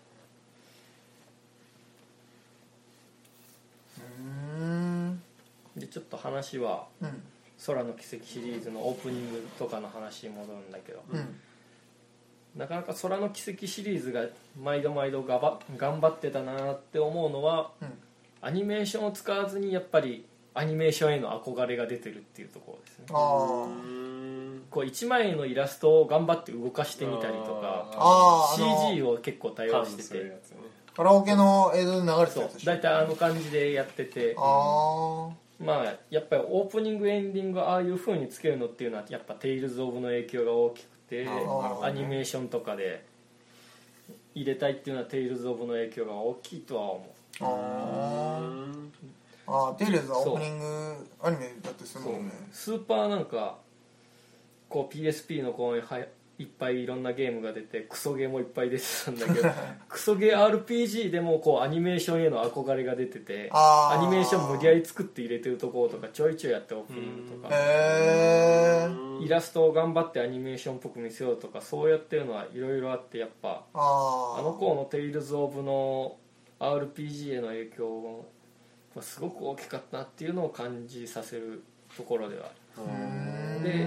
A: うーん
B: でちょっと話は
A: うん
B: 空の奇跡シリーズのオープニングとかの話に戻るんだけど、
A: うん
B: なかなか空の奇跡シリーズが毎度毎度がば頑張ってたなって思うのは、
A: うん
B: アニメーションを使わずにやっぱりアニメーションへの憧れが出てるっていうところですね。
A: あー
B: こういちまいのイラストを頑張って動かしてみたりとか
A: あーあの
B: シージー を結構多用して
G: そういう
B: て
G: やつね
A: カラオケの映像で流れて
B: そう
A: たやつでしょ。
B: 大体あの感じでやってて
A: あ
B: まあやっぱりオープニングエンディングああいう風につけるのっていうのはやっぱテイルズ・オブの影響が大きくて
A: あーなるほどね
B: アニメーションとかで入れたいっていうのはテイルズ・オブの影響が大きいとは思う。
A: ーあーあーテイルズはオープニングアニメだってするもんね。
B: スーパーなんかこう ピーエスピー のこうはいっぱいいろんなゲームが出てクソゲーもいっぱい出てたんだけどクソゲー アールピージー でもこうアニメーションへの憧れが出てて
A: あー
B: アニメーション無理やり作って入れてるところとかちょいちょいやってオープニングとか
A: へえ
B: イラストを頑張ってアニメーションっぽく見せようとかそうやってるのはいろいろあってやっぱ
A: あ
B: あの頃のテイルズ・オブの アールピージー への影響はすごく大きかったなっていうのを感じさせるところではある。で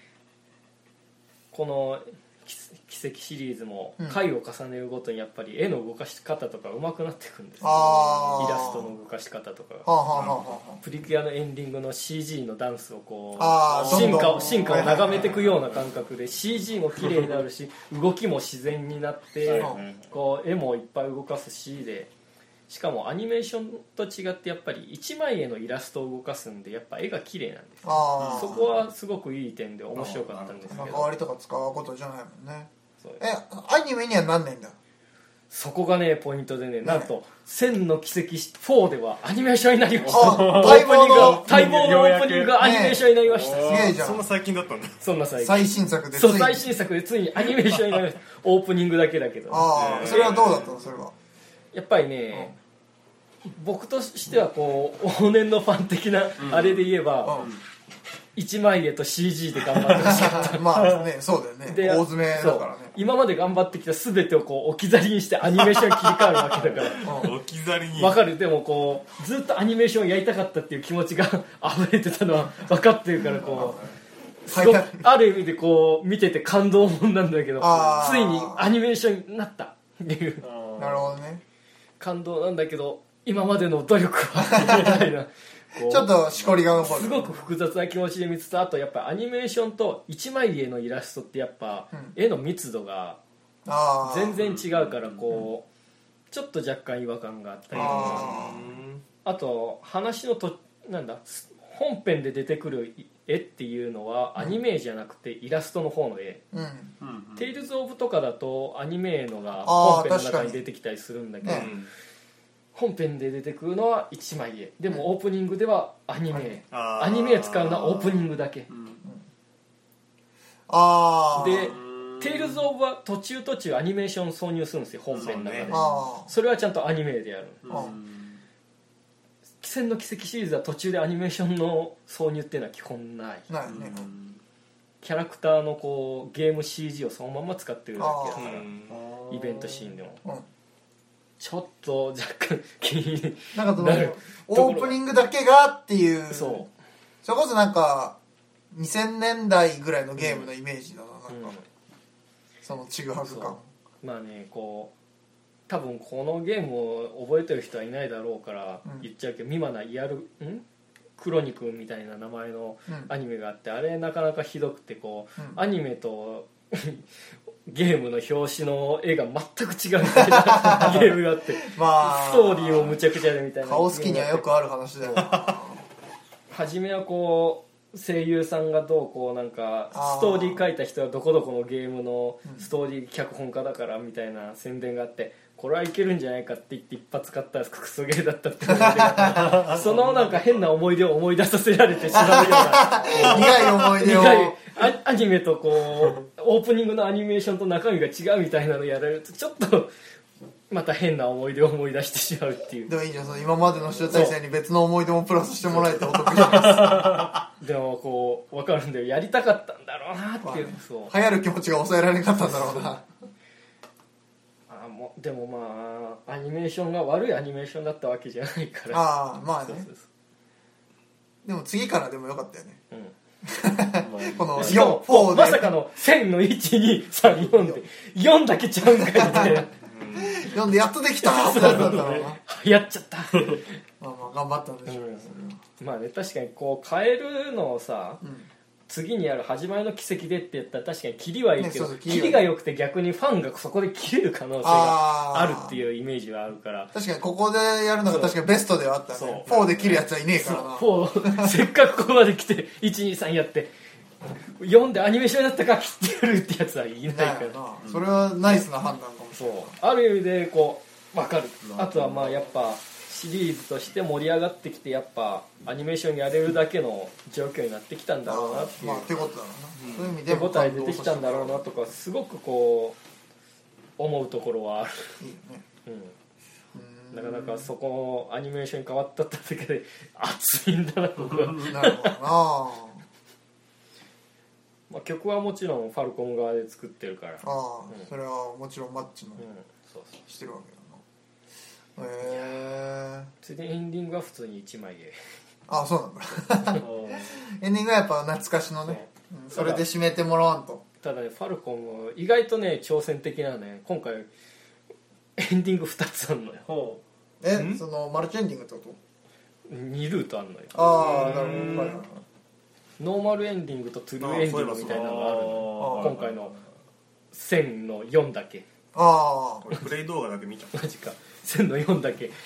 B: この奇跡シリーズも回を重ねるごとにやっぱり絵の動かし方とか上手くなっていくんですよ、
A: あー
B: イラストの動かし方とかが
A: はあはあはあは
B: プリキュアのエンディングの シージー のダンスをこ
A: あー
B: う進化
A: どんどん
B: を進化を眺めていくような感覚で シージー も綺麗になるし動きも自然になってこう絵もいっぱい動かすしでしかもアニメーションと違ってやっぱりいちまい絵のイラストを動かすんでやっぱ絵が綺麗なんですよ。
A: あー
B: そこはすごくいい点で面白かったんですけ
A: 中
B: ど
A: 割りとか使うことじゃないもんね。
B: そう
A: えアニメにはなんないんだ。
B: そこがねポイントでねなんと「千の奇跡フォー」ではアニメーションになりました。
A: あ
B: オープニング
A: 待望の
B: が待望のオープニングがアニメーションになりました、
A: すげえじゃん。
F: そんな最近だったんだ。
B: そんな最近
A: 最新作でついに
B: そう最新作でついにアニメーションになりましたオープニングだけだけど、
A: ああそれはどうだったのそれは。
B: やっぱりね、僕としてはこう往年のファン的なあれで言えば、
A: うん
B: いちまい絵と シージー で頑張ってほしかった
A: まあねそうだよね。
B: で
A: 大詰めだからね
B: そう。今まで頑張ってきた全てをこう置き去りにしてアニメーションに切り替わるわけだから
F: 置き去りに。
B: わかるでもこうずっとアニメーションをやりたかったっていう気持ちが溢れてたのは分かってるからこうすごくある意味でこう見てて感動もんなんだけど
A: あー
B: ついにアニメーションになったっていう
A: なるほどね。
B: 感動なんだけど今までの努力はみたいなこう
A: ちょっとしこりが残る。
B: すごく複雑な気持ちで見つつあとやっぱアニメーションといちまい絵のイラストってやっぱ
A: うん
B: 絵の密度が
A: あー
B: 全然違うからこうちょっと若干違和感があったりとか
A: あ
B: あと話のとなんだ本編で出てくる絵っていうのはアニメじゃなくてイラストの方の絵、
A: ーうん
B: テイルズ・オブとかだとアニメのが
A: あー
B: 本編の中
A: 確かに
B: に出てきたりするんだけど、
A: ね
B: 本編で出てくるのはいちまい絵でもオープニングではアニメ絵
F: あー
B: アニメ絵使うのはオープニングだけ
A: ああ
B: でテイルズ・オブは途中途中アニメーション挿入するんですよ本編の中でそ,、
A: あ
B: れはちゃんとアニメでやる
A: あ
B: 奇戦の奇跡シリーズは途中でアニメーションの挿入っていうのは基本ない
A: ないね、
B: キャラクターのこうゲーム シージー をそのまま使ってるだけだからイベントシーンでも、うん、ちょっと若干気に
A: なんかそのオープニングだけがっていう、
B: そう
A: それこそなんかにせんねんだいぐらいのゲームのイメージだな、うん、なんか、うん、そのちぐはぐ感。
B: まあね、こう多分このゲームを覚えてる人はいないだろうから言っちゃうけど、うん、ミマナイヤルんクロニ君みたいな名前のアニメがあって、うん、あれなかなかひどくてこう、うん、アニメとゲームの表紙の絵が全く違うみたいなゲームがあって、まあ、ストーリーもむちゃくちゃでみたいな。
A: 顔好きにはよくある話だよ
B: 初めはこう声優さんがどうこうなんかストーリー書いた人はどこどこのゲームのストーリー脚本家だからみたいな宣伝があって、これはいけるんじゃないかって言って一発買ったらクソゲーだったってそのなんか変な思い出を思い出させられてしまうような
A: 苦い思い出を
B: 苦いアニメとこうオープニングのアニメーションと中身が違うみたいなのやられるとちょっとまた変な思い出を思い出してしまうっていう。
A: でもいいじゃん、その今までの集大成に別の思い出もプラスしてもらえてお得じゃないですか
B: でもこう分かるんだよ、やりたかったんだろうなっていう、まあ、そう
A: 流行る気持ちが抑えられなかったんだろうな
B: あもでもまあアニメーションが悪いアニメーションだったわけじゃないから。
A: ああまあね、そうそうそう、でも次からでもよかったよね、うんこのよん、よんで
B: まさかのせんのいちにさんよんでよんだけちゃうんかいみたいな
A: よんでやっとできたってなったんだろうな
B: やっちゃった
A: まあまあ頑張ったんでしょうね、
B: うん、まあね確かにこう変えるのをさ、うん、次にやる始まりの奇跡でって言ったら確かにキリはいいけど、ね、キリが良くて逆にファンがそこで切れる可能性があるっていうイメージはあるから、
A: 確かにここでやるのが確かにベストではあったね。フォーで切るやつはいねえからな。
B: フォーせっかくここまで来ていちにさんやってよんでアニメーションだったか切ってやるってやつはいないから、
A: うん、それはナイスな判断かもしれない。
B: そうある意味でこう分かる。あとはまあやっぱシリーズとして盛り上がってきてやっぱアニメーションやれるだけの状況になってきたんだろうなっていう、
A: まあ、手応えだろうな、うん、そういう意味
B: でも手応え出てきたんだろうなとかすごくこう思うところはあるいい、ねうん、なかなかそこのアニメーションに変わっただけで熱いんだな僕は
A: なるほどな
B: まあ曲はもちろんファルコム側で作ってるから、あ
A: あ、うん、それはもちろんマッチもしてるわけだな。へえ。
B: それでエンディングは普通にいちまいで、
A: ああそうなんだエンディングはやっぱ懐かしのね、うん、それで締めてもらわんと。
B: ただねファルコム意外とね挑戦的なね、今回エンディングふたつあんのよ。
A: えそのマルチエンディングってこと？
B: にルートあんのよ。
A: ああなるほど、はいはい、
B: ノーマルエンディングとトゥルーエンディングみたいなのがあるの。今回のせんのよんだけ。
A: ああ
F: これプレイ動画だけ見た
B: マジか。せんのよんだけ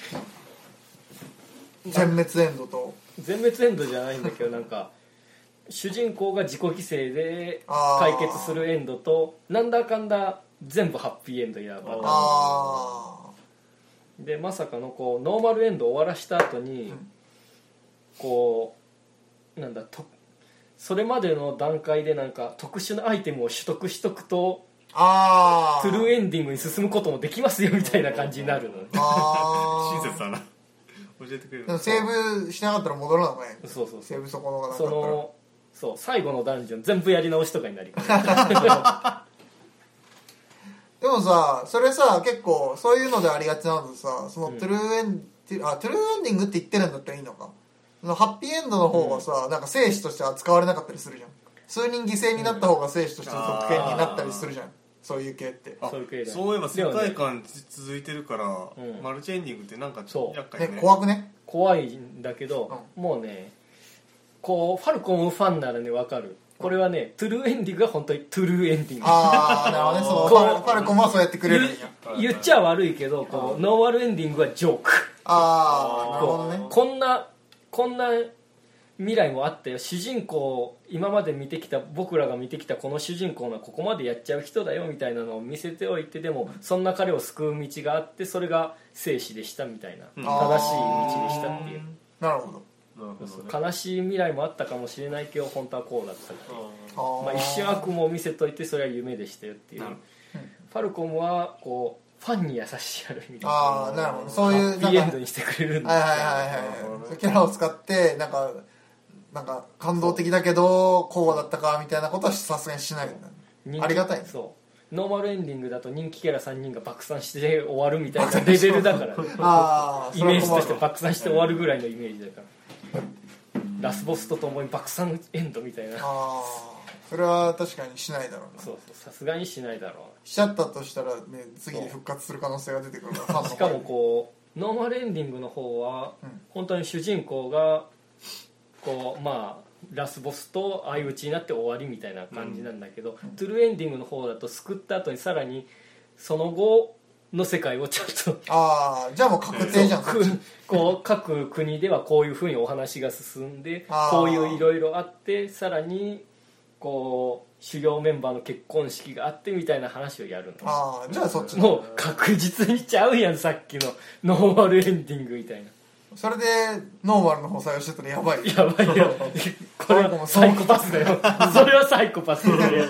A: 全滅エンドと
B: 全滅エンドじゃないんだけどなんか主人公が自己犠牲で解決するエンドとなんだかんだ全部ハッピーエンドやばったあでまさかのこうノーマルエンド終わらした後に、うん、こうなんだとそれまでの段階でなんか特殊なアイテムを取得しとくとあトゥルーエンディングに進むこともできますよみたいな感じになるの。
F: あ親切だな教えてくれる。
A: でもセーブしなかったら戻らなかった
B: そうそうそう
A: セーブそこのがなか
B: ったらそのそう最後のダンジョン全部やり直しとかになりか
A: でもさそれさ結構そういうのでありがちなのでさそのトゥルーエン、うん、あトゥルーエンディングって言ってるんだったらいいのか。そのハッピーエンドの方はさ、うん、なんか生死として扱われなかったりするじゃん。数人犠牲になった方が生死としての特権になったりするじゃん。そういう系って
F: そういう系だ、ね、そういえば世界観続いてるから、ね、マルチエンディングってなんか厄介ね。
A: ね怖くね
B: 怖いんだけど、うん、もうねこうファルコンファンならね分かる。これはねトゥルーエンディングが本当にトゥルーエンディング。
A: ああなるほどね。そのファル、ファルコンはそうやってくれるんや。
B: 言っちゃ悪いけどこうノーマルエンディングはジョーク。
A: ああなるほどね。
B: こんなこんな未来もあったよ。主人公今まで見てきた僕らが見てきたこの主人公がここまでやっちゃう人だよみたいなのを見せておいて、でもそんな彼を救う道があってそれが生死でしたみたいな、うん、正しい道でしたっていう。
A: なるほど。
B: 悲しい未来もあったかもしれないけど本当はこうだったっていう、まあ、一瞬悪夢を見せといてそれは夢でしたよっていう、うん、ファルコムはこうファンに優しいあるみたいな。
A: ああなるほど。そういう
B: ハッピーエンドにしてくれるんだ。
A: はいはいはいはい。 キャラを使ってなんかなんか感動的だけどこうだったかみたいなことはさすがにしないんだ。ありがたいね。
B: そうノーマルエンディングだと人気キャラさんにんが爆散して終わるみたいなレベルだから
A: あ
B: イメージとして爆散して終わるぐらいのイメージだからラスボスとともに爆散エンドみたいな。
A: あそれは確かにしないだろうな。
B: そうそうさすがにしないだろ
A: うしちゃったとしたらね次に復活する可能性が出てくるから
B: しかもこうノーマルエンディングの方は、うん、本当に主人公がこうまあラスボスと相打ちになって終わりみたいな感じなんだけど、うん、トゥルーエンディングの方だと救った後にさらにその後の世界をちゃんと
A: ああじゃあもう確定じゃん
B: こう各国ではこういうふうにお話が進んでこういういろいろあってさらにこう主要メンバーの結婚式があってみたいな話をやるの。
A: ああじゃあそっち
B: もう確実にちゃうやんさっきのノーマルエンディングみたいな。
A: それでノーマルの方採用してたらやばい
B: やばいよこれはサイコパスだよそれはサイコパスだよ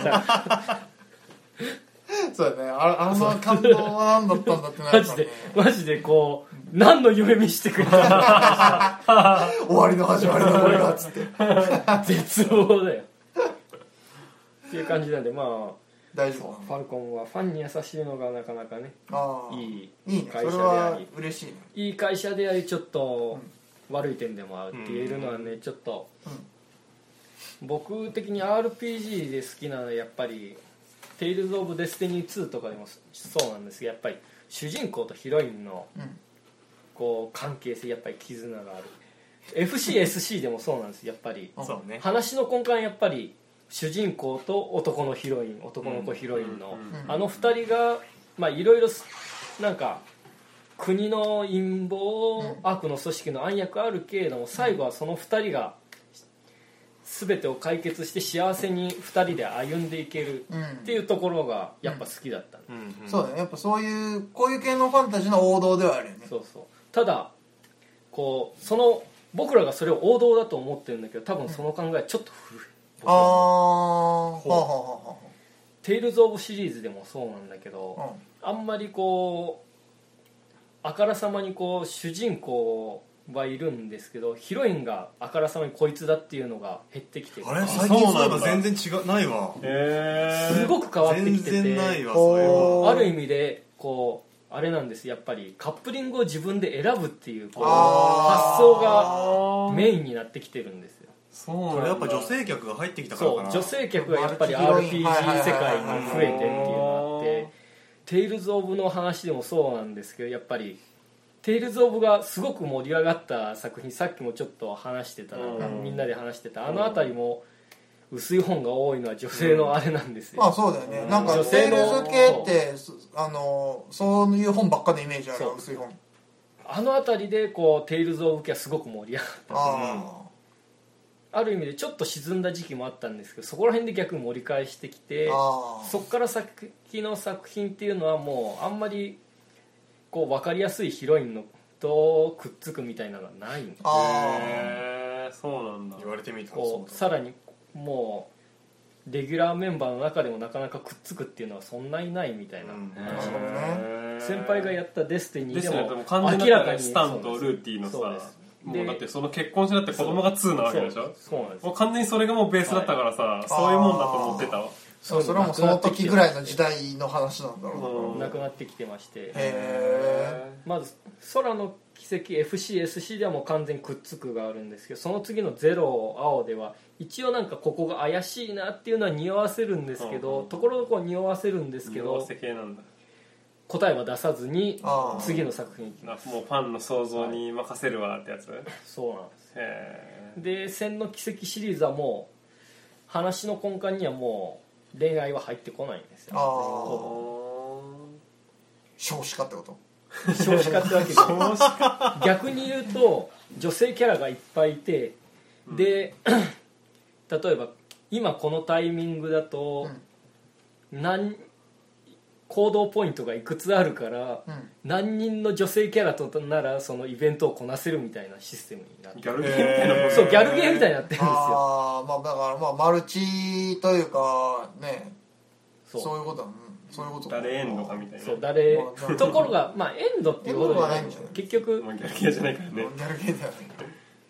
A: そうだねあ, あの感動は何だったんだってなるから、ね、
B: マジでマジでこう何の夢見してくれた
A: 終わりの始まりのこれがっつって
B: 絶望だよっていう感じなんでまあ
A: 大丈夫
B: ファルコンはファンに優しいのがなかなかね
A: あ
B: い
A: い会社であり嬉しい、ね、
B: いい会社でありちょっと悪い点でもあるって言えるのはね、うん、ちょっと、うん、僕的に アールピージー で好きなのはやっぱりテイルズ・オブ・デスティニーツーとかでもそうなんですけどやっぱり主人公とヒロインのこう関係性やっぱり絆がある エフシーエスシー でもそうなんですやっぱり
C: そう、ね、
B: 話の根幹はやっぱり主人公と男のヒロイン男の子ヒロインの、うん、あのふたりがまあいろいろなんか国の陰謀、うん、悪の組織の暗躍あるけれども最後はそのふたりが全てを解決して幸せにふたりで歩んでいけるっていうところがやっぱ好きだった、
A: うんうんうん、そうだねやっぱそういうこういう系のファンタジーの王道ではあるよね。
B: そうそうただこうその僕らがそれを王道だと思ってるんだけど多分その考えはちょっと古い、
A: ああはあはあはあ
B: テイルズ・オブシリーズでもそうなんだけど、うん、あんまりこうあからさまにこう主人公はいるんですけどヒロインがあからさまにこいつだっていうのが減ってきてる。
F: あれ最近そういえば全然違うないわ、
B: えー、すごく変わってきてて
F: 全然ないわそういえば
B: ある意味でこうあれなんですやっぱりカップリングを自分で選ぶっていうこう発想がメインになってきてるんですよ。
F: そうこれやっぱ女性客が入ってきたからかな。
B: そう女性客がやっぱり アールピージー 世界に増えてっていうのがあってテイルズ・オブの話でもそうなんですけどやっぱりテイルズ・オブがすごく盛り上がった作品さっきもちょっと話してたみんなで話してたあのあたりも薄い本が多いのは女性のあれなんですよ。
A: まあそうだよねなんかテイルズ系ってあのそういう本ばっかのイメージある薄い本
B: あのあたりでこうテイルズ・オブ系はすごく盛り上がったあある意味でちょっと沈んだ時期もあったんですけどそこら辺で逆に盛り返してきてそこから先の作品っていうのはもうあんまりこう分かりやすいヒロインのとくっつくみたいなのがないんです。
G: へーそうなんだ。
F: 言われてみたら
B: こうさらにもうレギュラーメンバーの中でもなかなかくっつくっていうのはそんなにないみたいな、うん、先輩がやったデスティニーでも明らかに
G: スタンとルーティーのさもうだってその結婚してだって子供がツーなわけでしょ。
B: そうなんです。
G: もう完全にそれがもうベースだったからさ、はい、そういうもんだと思ってたわ。
A: そうそれはもうその時ぐらいの時代の話なんだろ
B: うなくなってきてまして
A: へ
B: まず空の奇跡 エフシーエスシー ではもう完全にくっつくがあるんですけどその次のゼロ青では一応なんかここが怪しいなっていうのは匂わせるんですけどところどころ匂わせるんですけど
G: 匂わせ系なんだ
B: 答えは出さずに次の作品に行きます。
G: もうファンの想像に任せるわってやつ。
B: そうなんです。へーで千の奇跡シリーズはもう話の根幹にはもう恋愛は入ってこないんですよ。
A: ああ少子化ってこと
B: 少子化ってわけじゃ逆に言うと女性キャラがいっぱいいてで、うん、例えば今このタイミングだと、うん、何行動ポイントがいくつあるから、うん、何人の女性キャラとならそのイベントをこなせるみたいなシステムになって
G: ギャルゲーみたいな、
B: そうギャルゲーみたいになってるんですよ。
A: あ、まあ、だからまあマルチというかねそう、そういうことだ、うん、そういうこと
G: 誰エンドかみたいな
B: そう誰、まあ、ところがまあエンドっていうことは
A: ないんじゃない
B: 結局
G: ギャルゲーじゃないからね
A: ギャルゲーだよね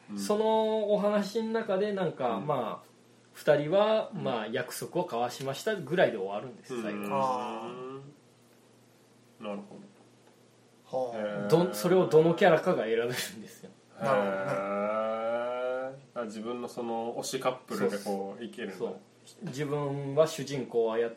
B: うん、そのお話の中でなんか、うん、まあふたりはまあ約束を交わしましたぐらいで終わるんです最後、うん、あ
G: なる
B: ほどどそれをどのキャラかが選べるんですよ。
G: なるほどね。自分のその推しカップルでこういけるんだ。そう
B: 自分は主人公を操って、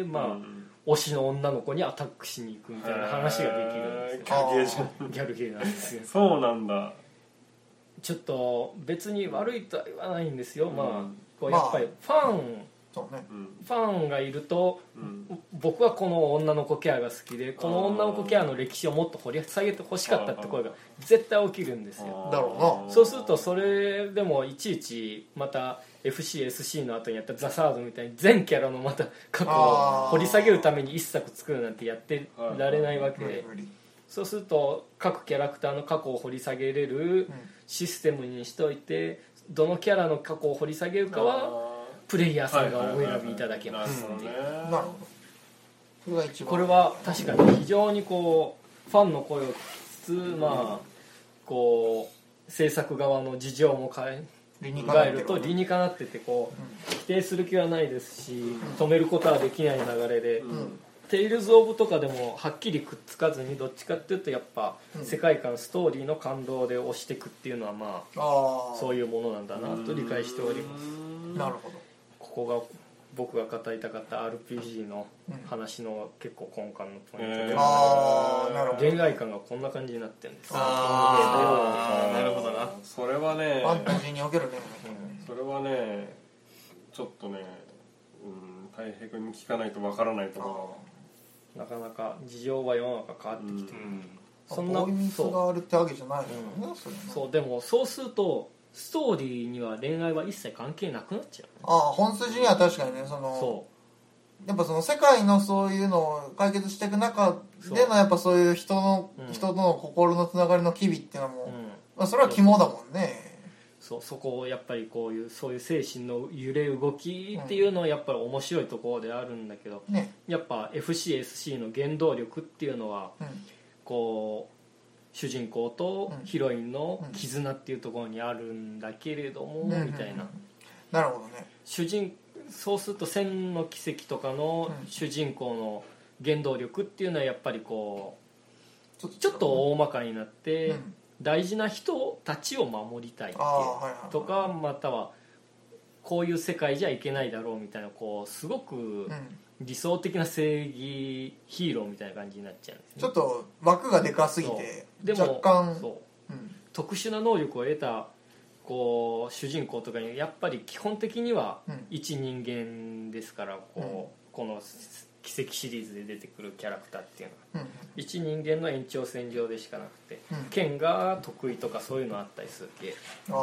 B: まあうん、推しの女の子にアタックしに行くみたいな話ができるんですよ。ギャルゲーなんですよ。
G: そうなんだ。
B: ちょっと別に悪いとは言わないんですよ、うん、まあこうやっぱりファン、
A: そうね、
B: ファンがいると、うん、僕はこの女の子キャラが好きでこの女の子キャラの歴史をもっと掘り下げてほしかったって声が絶対起きるんですよ。
A: だろうな。
B: そうするとそれでもいちいちまた エフシーエスシー の後にやったザ・サードみたいに全キャラのまた過去を掘り下げるために一作作るなんてやってられないわけで、そうすると各キャラクターの過去を掘り下げれるシステムにしといて、どのキャラの過去を掘り下げるかはプレイヤーさんがお選びいただけますっていう。
A: なるほど。
B: これは確かに非常にこうファンの声を聞きつつ、まあこう制作側の事情も考えると理にかなってて、こう否定する気はないですし止めることはできない流れで、テイルズ・オブとかでもはっきりくっつかずにどっちかっていうとやっぱ世界観ストーリーの感動で押していくっていうのはまあそういうものなんだなと理解しております。
A: なるほど。
B: ここが僕が語りたかった アールピージー の話の結構根幹のポイントで、
A: あーなるほど。
B: 恋愛観がこんな感じになってるんです。
F: ああなるほどな。
G: それはね
A: ファンタジーにおけるね、
G: うん、それはねちょっとね、うん、大平君に聞かないとわからないとこ
B: ろ、なかなか事情は世の中変わってきてる、うん、
A: そんなボーイミスがあるってわけじゃないのね、
B: うん、それね。そうでもそうするとストーリーには恋愛は一切関係なくなっちゃう、ね、
A: ああ本筋には確かにね、そのそうやっぱその世界のそういうのを解決していく中でのやっぱそういう人の、うん、人との心のつながりの機微っていうのも、うんまあ、それは肝だもんね。
B: そうそこをやっぱりこういうそういう精神の揺れ動きっていうのはやっぱり面白いところであるんだけど、うんね、やっぱ エフシーエスシー の原動力っていうのは、うん、こう主人公とヒロインの絆っていうところにあるんだけれども、うん、みたいな、
A: なるほどね。
B: 主人そうすると千の奇跡とかの主人公の原動力っていうのはやっぱりこうちょっと大まかになって、うん、大事な人たちを守りたいってとか、またはこういう世界じゃいけないだろうみたいな、こうすごく理想的な正義ヒーローみたいな感じになっちゃうんですね。
A: ちょっと枠がでかすぎて
B: でも
A: 若干
B: そう、うん、特殊な能力を得たこう主人公とかにやっぱり基本的には一人間ですから、こう、うん、この奇跡シリーズで出てくるキャラクターっていうのは、うん、一人間の延長線上でしかなくて、うん、剣が得意とかそういうのあったりするけ、あ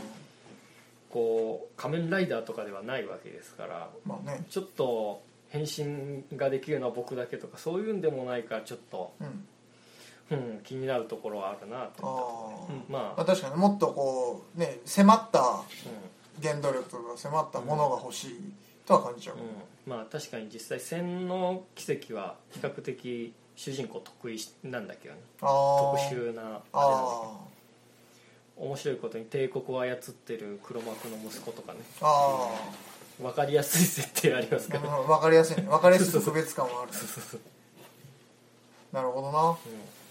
B: こう仮面ライダーとかではないわけですから、まあね、ちょっと変身ができるのは僕だけとかそういうんでもないからちょっと、うんうん、気になるところはあるなと、
A: うんまあ、まあ確かにもっとこうね迫った原動力とか迫ったものが欲しいとは感じちゃう、うん
B: うん、まあ確かに実際千の奇跡は比較的主人公得意なんだけどね、あ特殊なあれなんだけど、面白いことに帝国を操ってる黒幕の息子とかね、あ分かりやすい設定ありますから、
A: うん、分かりやすいね、分かりやすい特別感はあるなるほどな、うん、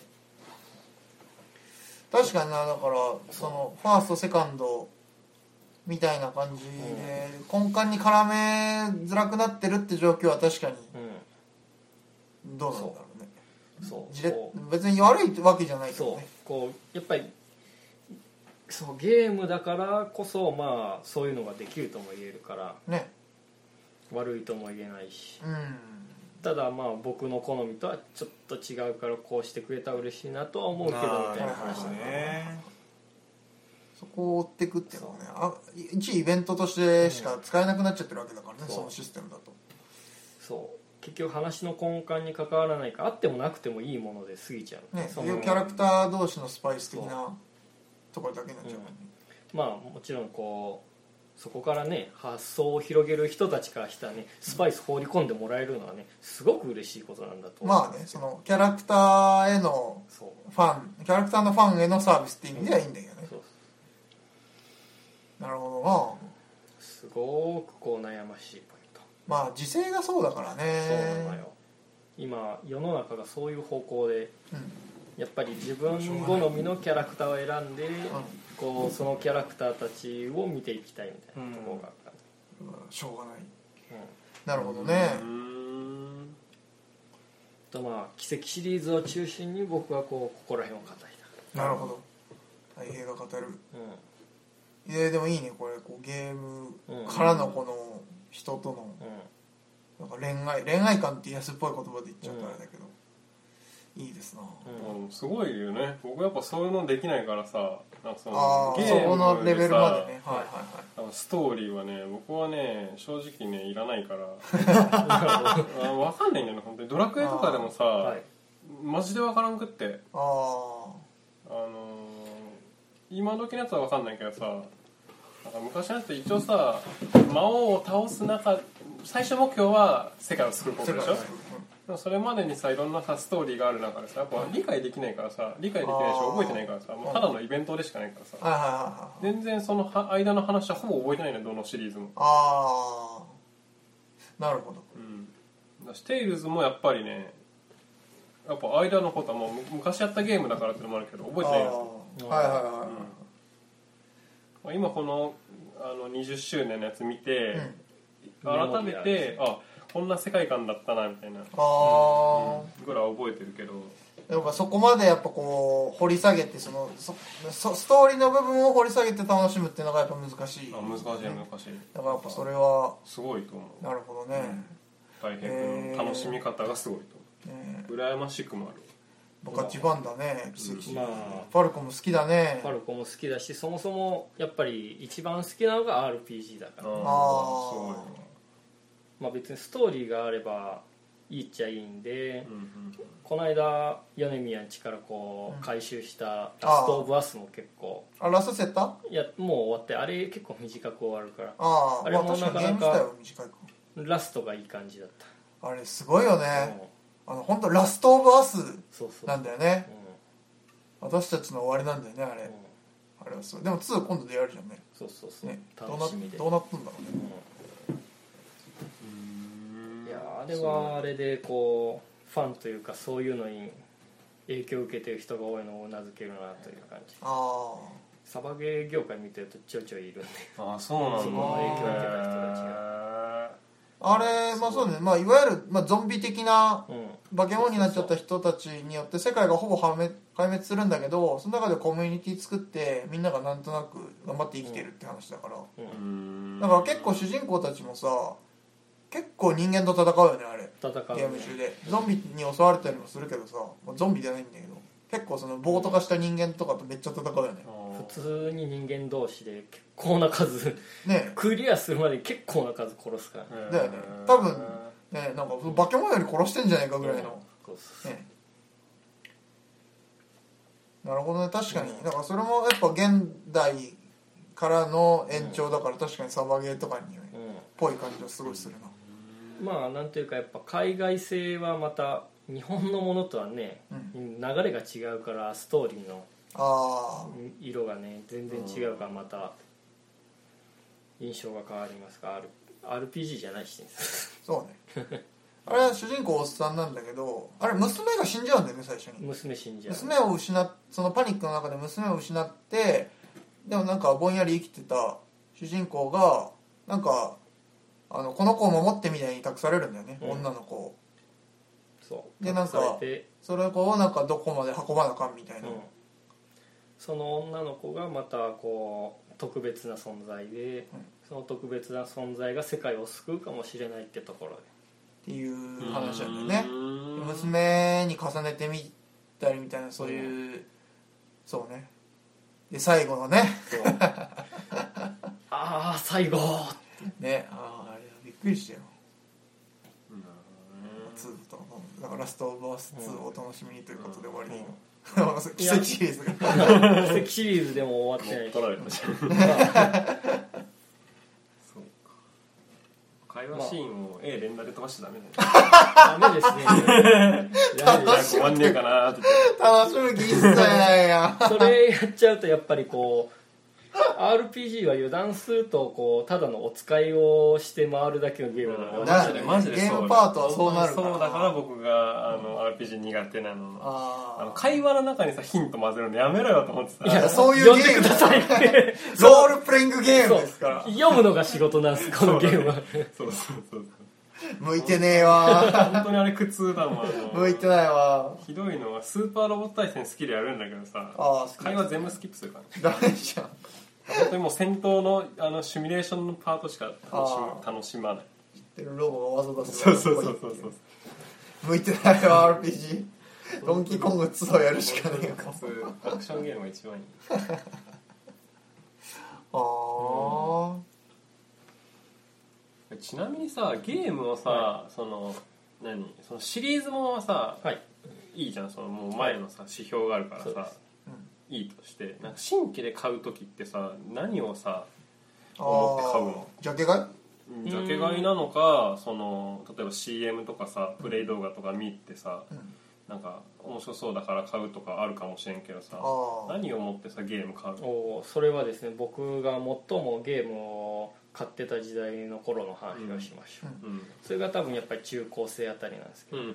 A: 確かにな。だからそのファーストセカンドみたいな感じで、うん、根幹に絡めづらくなってるって状況は確かに、うん、どうなんだろうね。そうそう別に悪いわけじゃないけどね。
B: そうこうやっぱりそうゲームだからこそまあそういうのができるとも言えるから、ね、悪いとも言えないし、うん、ただまあ僕の好みとはちょっと違うからこうしてくれたら嬉しいなとは思うけどみたいな話だね。
A: そこを追っていくっていうのはね、あ一イベントとしてしか使えなくなっちゃってるわけだからね、うん、そのシステムだと。
B: そう結局話の根幹に関わらないかあってもなくてもいいもので過ぎちゃう、
A: ね、そういうキャラクター同士のスパイス的なところだけになっちゃう、
B: うん、まあもちろんこうそこからね発想を広げる人たちからしたらねスパイス放り込んでもらえるのはねすごく嬉しいことなんだと思う。
A: まあねそのキャラクターへのファンキャラクターのファンへのサービスっていう意味ではいいんだけどね、うん、そうなるほどな。
B: すごくこう悩ましいポイント。
A: まあ時勢がそうだからね。
B: そうなのよ。今世の中がそういう方向で、うん、やっぱり自分好みのキャラクターを選んで、うん、こうそのキャラクターたちを見ていきたいみたいなところがあった、
A: うん、しょうがない、うん、なるほどね。
B: うんとまあ奇跡シリーズを中心に僕はこうここら辺を語りた。
A: なるほど。太平が語る、うん、いやでもいいねこれこうゲームからのこの人との、うん、なんか恋愛恋愛観って安っぽい言葉で言っちゃったあれだけど、うん、いいですな、
G: うん、すごいよね。僕やっぱそういうのできないからさ、なんかそ
A: のゲームでさそこのレベルまでね、はいはい
G: はい、ストーリーはね僕はね正直ねいらないから分かんないんだよね本当に。ドラクエとかでもさ、はい、マジで分からんくって、ああのー、今時のやつは分かんないけどさ、なんか昔のやつって一応さ魔王を倒す中最終目標は世界を救うことでしょ。でもそれまでにさいろんなさストーリーがある中でさやっぱ理解できないからさ理解できないし覚えてないからさもうただのイベントでしかないからさ全然その間の話はほぼ覚えてないのよどのシリーズも。
A: ああなるほど、
G: うん、だしテイルズもやっぱりねやっぱ間のことはもう昔やったゲームだからってのもあるけど覚えてないの。はいはいはい、うん、今このあのにじゅっしゅうねんのやつ見て、うん、改めてあこんな世界観だったなみたいなあ、うん、ぐらい覚えてるけど
A: やっぱそこまでやっぱこう掘り下げてそのそそストーリーの部分を掘り下げて楽しむっていうのがやっぱ難しい、
G: あ難しい難しい。
A: だからやっぱそれは
G: すごいと思う。
A: なるほどね、うん、
G: 大変楽しみ方がすごいと思う、えー、羨ましくもある。
A: バカチバンだね、
B: うんまあ、
A: ファルコも好きだね。
B: ファルコも好きだしそもそもやっぱり一番好きなのが アールピージー だから。ああそう、まあ、別にストーリーがあればいいっちゃいいんで、うんうん、この間米宮んちからこう回収したラストオブアスも結構、
A: うん、あラストセッタ
B: いやもう終わってあれ結構短く終わるから
A: あ
B: あれもなかなか
A: 短いか
B: ラストがいい感じだった。
A: あれすごいよね、うん、あの本当ラストオブアスなんだよね。そうそう、うん、私たちの終わりなんだよねあれ、うん、あれはそう。でもツー今度でやるじゃんね。
B: そうそうそう、
A: ね、楽しみでどうなったんだろうね、
B: うん、いやあれはあれでこうファンというかそういうのに影響を受けてる人が多いのをうなずけるなという感じ。ああサバゲー業界見てるとちょいちょいいるんで。
G: ああそうなんだ。その
B: 影響を受けた人たちが
A: あれまあそうね、まあ、いわゆる、まあ、ゾンビ的な化け物になっちゃった人たちによって世界がほぼ壊滅するんだけどその中でコミュニティ作ってみんながなんとなく頑張って生きてるって話だから、うん、だから結構主人公たちもさ結構人間と戦うよねあれ。
B: 戦う、ね、
A: ゲーム中でゾンビに襲われたりもするけどさゾンビじゃないんだけど結構その暴徒化した人間とかとめっちゃ戦うよね。
B: 普通に人間同士で結構な数、ね、クリアするまで結構な数殺すから、
A: ね、だよね多分ねなんか化け物より殺してんじゃないかぐらいの、うんね、なるほどね確かに、うん、だからそれもやっぱ現代からの延長だから確かにサバゲーとかにっぽい感じはすごいするな、
B: うん、まあなんていうかやっぱ海外製はまた日本のものとはね、うん、流れが違うからストーリーのあ色がね全然違うからまた印象が変わりますか。 アールピージー じゃないし、ね、
A: そうねあれは主人公おっさんなんだけどあれ娘が死んじゃうんだよね最初に。
B: 娘死んじゃう。
A: 娘を失っそのパニックの中で娘を失ってでもなんかぼんやり生きてた主人公がなんかあのこの子を守ってみたいに託されるんだよね、うん、女の子を。
B: そう
A: でなんかそれをなんかどこまで運ばなあかんみたいな、うん、
B: その女の子がまたこう特別な存在で、うん、その特別な存在が世界を救うかもしれないってところで
A: っていう話なんだよね。娘に重ねてみたりみたいなそういう、うん、そうねで最後のね
B: ああ最後
A: ねあああれびっくりしたよ。ツーとだからラストオブアスツーをお楽しみにということで終わりでいいの、うんうん、奇跡シリーズが
B: 奇跡シリーズでも終わってない取られましたそう
G: か会話シーンを A 連打で飛ばしちゃダメだ
B: ダメですね
G: 楽しむねえかなって
A: 楽しむ気一切ないや
B: それやっちゃうとやっぱりこうアールピージー は油断するとこうただのお使いをして回るだけのゲームなので、
A: マジでマジでゲームパートはそうなるから。
G: そうだから僕があの アールピージー 苦手なの。あの会話の中にさヒント混ぜるのやめろよと思ってた。
A: いやそういうゲーム
B: 読んでください
A: ロールプレイングゲームですから。
B: 読むのが仕事なんですこのゲームは。
G: そうそうそう。
A: 向いてねえわ
G: 本当にあれ苦痛だもん。
A: 向いてないわ。
G: ひどいのはスーパーロボット対戦好きでやるんだけどさ、
A: あ
G: 会話全部スキップするから、
A: ね、ダメじゃん。
G: 本当にもう戦闘のあのシミュレーションのパートしか楽し楽しまない。
A: 知ってるロボがわざ出す。
G: そうそうそうそうそう。
A: 向いてないわ アールピージー。ドンキーコングツーをやるしかねえよ。
G: アクションゲームが一番いい。
A: ああ。
G: ちなみにさゲームをさ、はい、その何そのシリーズものはさ、はい、いいじゃんそのもう前のさ指標があるからさ、うん、いいとしてなんか新規で買う時ってさ何をさ思って買うの？
A: ジャケ買
G: い？ジャケ買いなのかその例えば シーエム とかさプレイ動画とか見てさ、うん、なんか面白そうだから買うとかあるかもしれんけどさ何を思ってさゲーム買うの？
B: おそれはですね僕が最もゲームを買ってた時代の頃の話をしましょう、うん、それが多分やっぱり中高生あたりなんですけど、うん、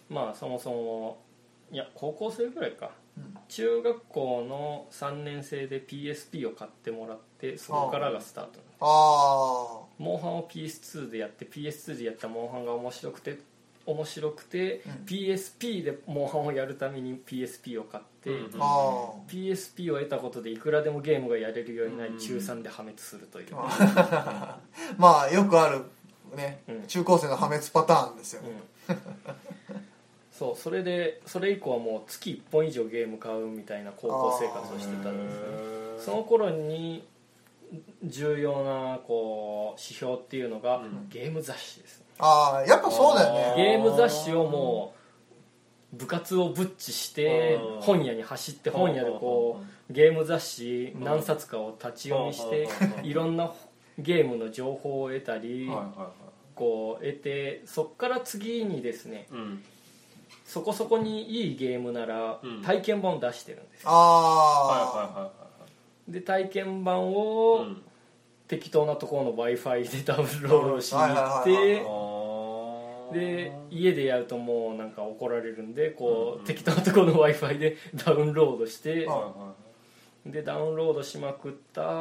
B: まあそもそもいや高校生ぐらいか、うん、中学校のさんねん生で ピーエスピー を買ってもらってそこからがスタートなんです。あモンハンを ピーエスツー でやって ピーエスツー でやったモンハンが面白くて面白くて、うん、ピーエスピー でモンハンをやるために ピーエスピー を買って、うん、ピーエスピー を得たことでいくらでもゲームがやれるようになり、うん、中さんで破滅するという、うん、
A: まあよくあるね、うん、中高生の破滅パターンですよね、うん、
B: そうそれでそれ以降はもう月いっぽん以上ゲーム買うみたいな高校生活をしてたんですね。その頃に重要なこう指標っていうのが、うん、ゲーム雑誌ですね。
A: ああやっぱそうだよね。
B: ゲーム雑誌をもう部活をブッチして本屋に走って本屋でこうゲーム雑誌何冊かを立ち読みしていろんなゲームの情報を得たりこう得てそっから次にですねそこそこにいいゲームなら体験版を出してるんです。あで体験版を適当なところの Wi-Fi でダウンロードしに行ってで家でやるともうなんか怒られるんでこう、うんうん、適当なところの Wi-Fi でダウンロードして、うん、でダウンロードしまくった、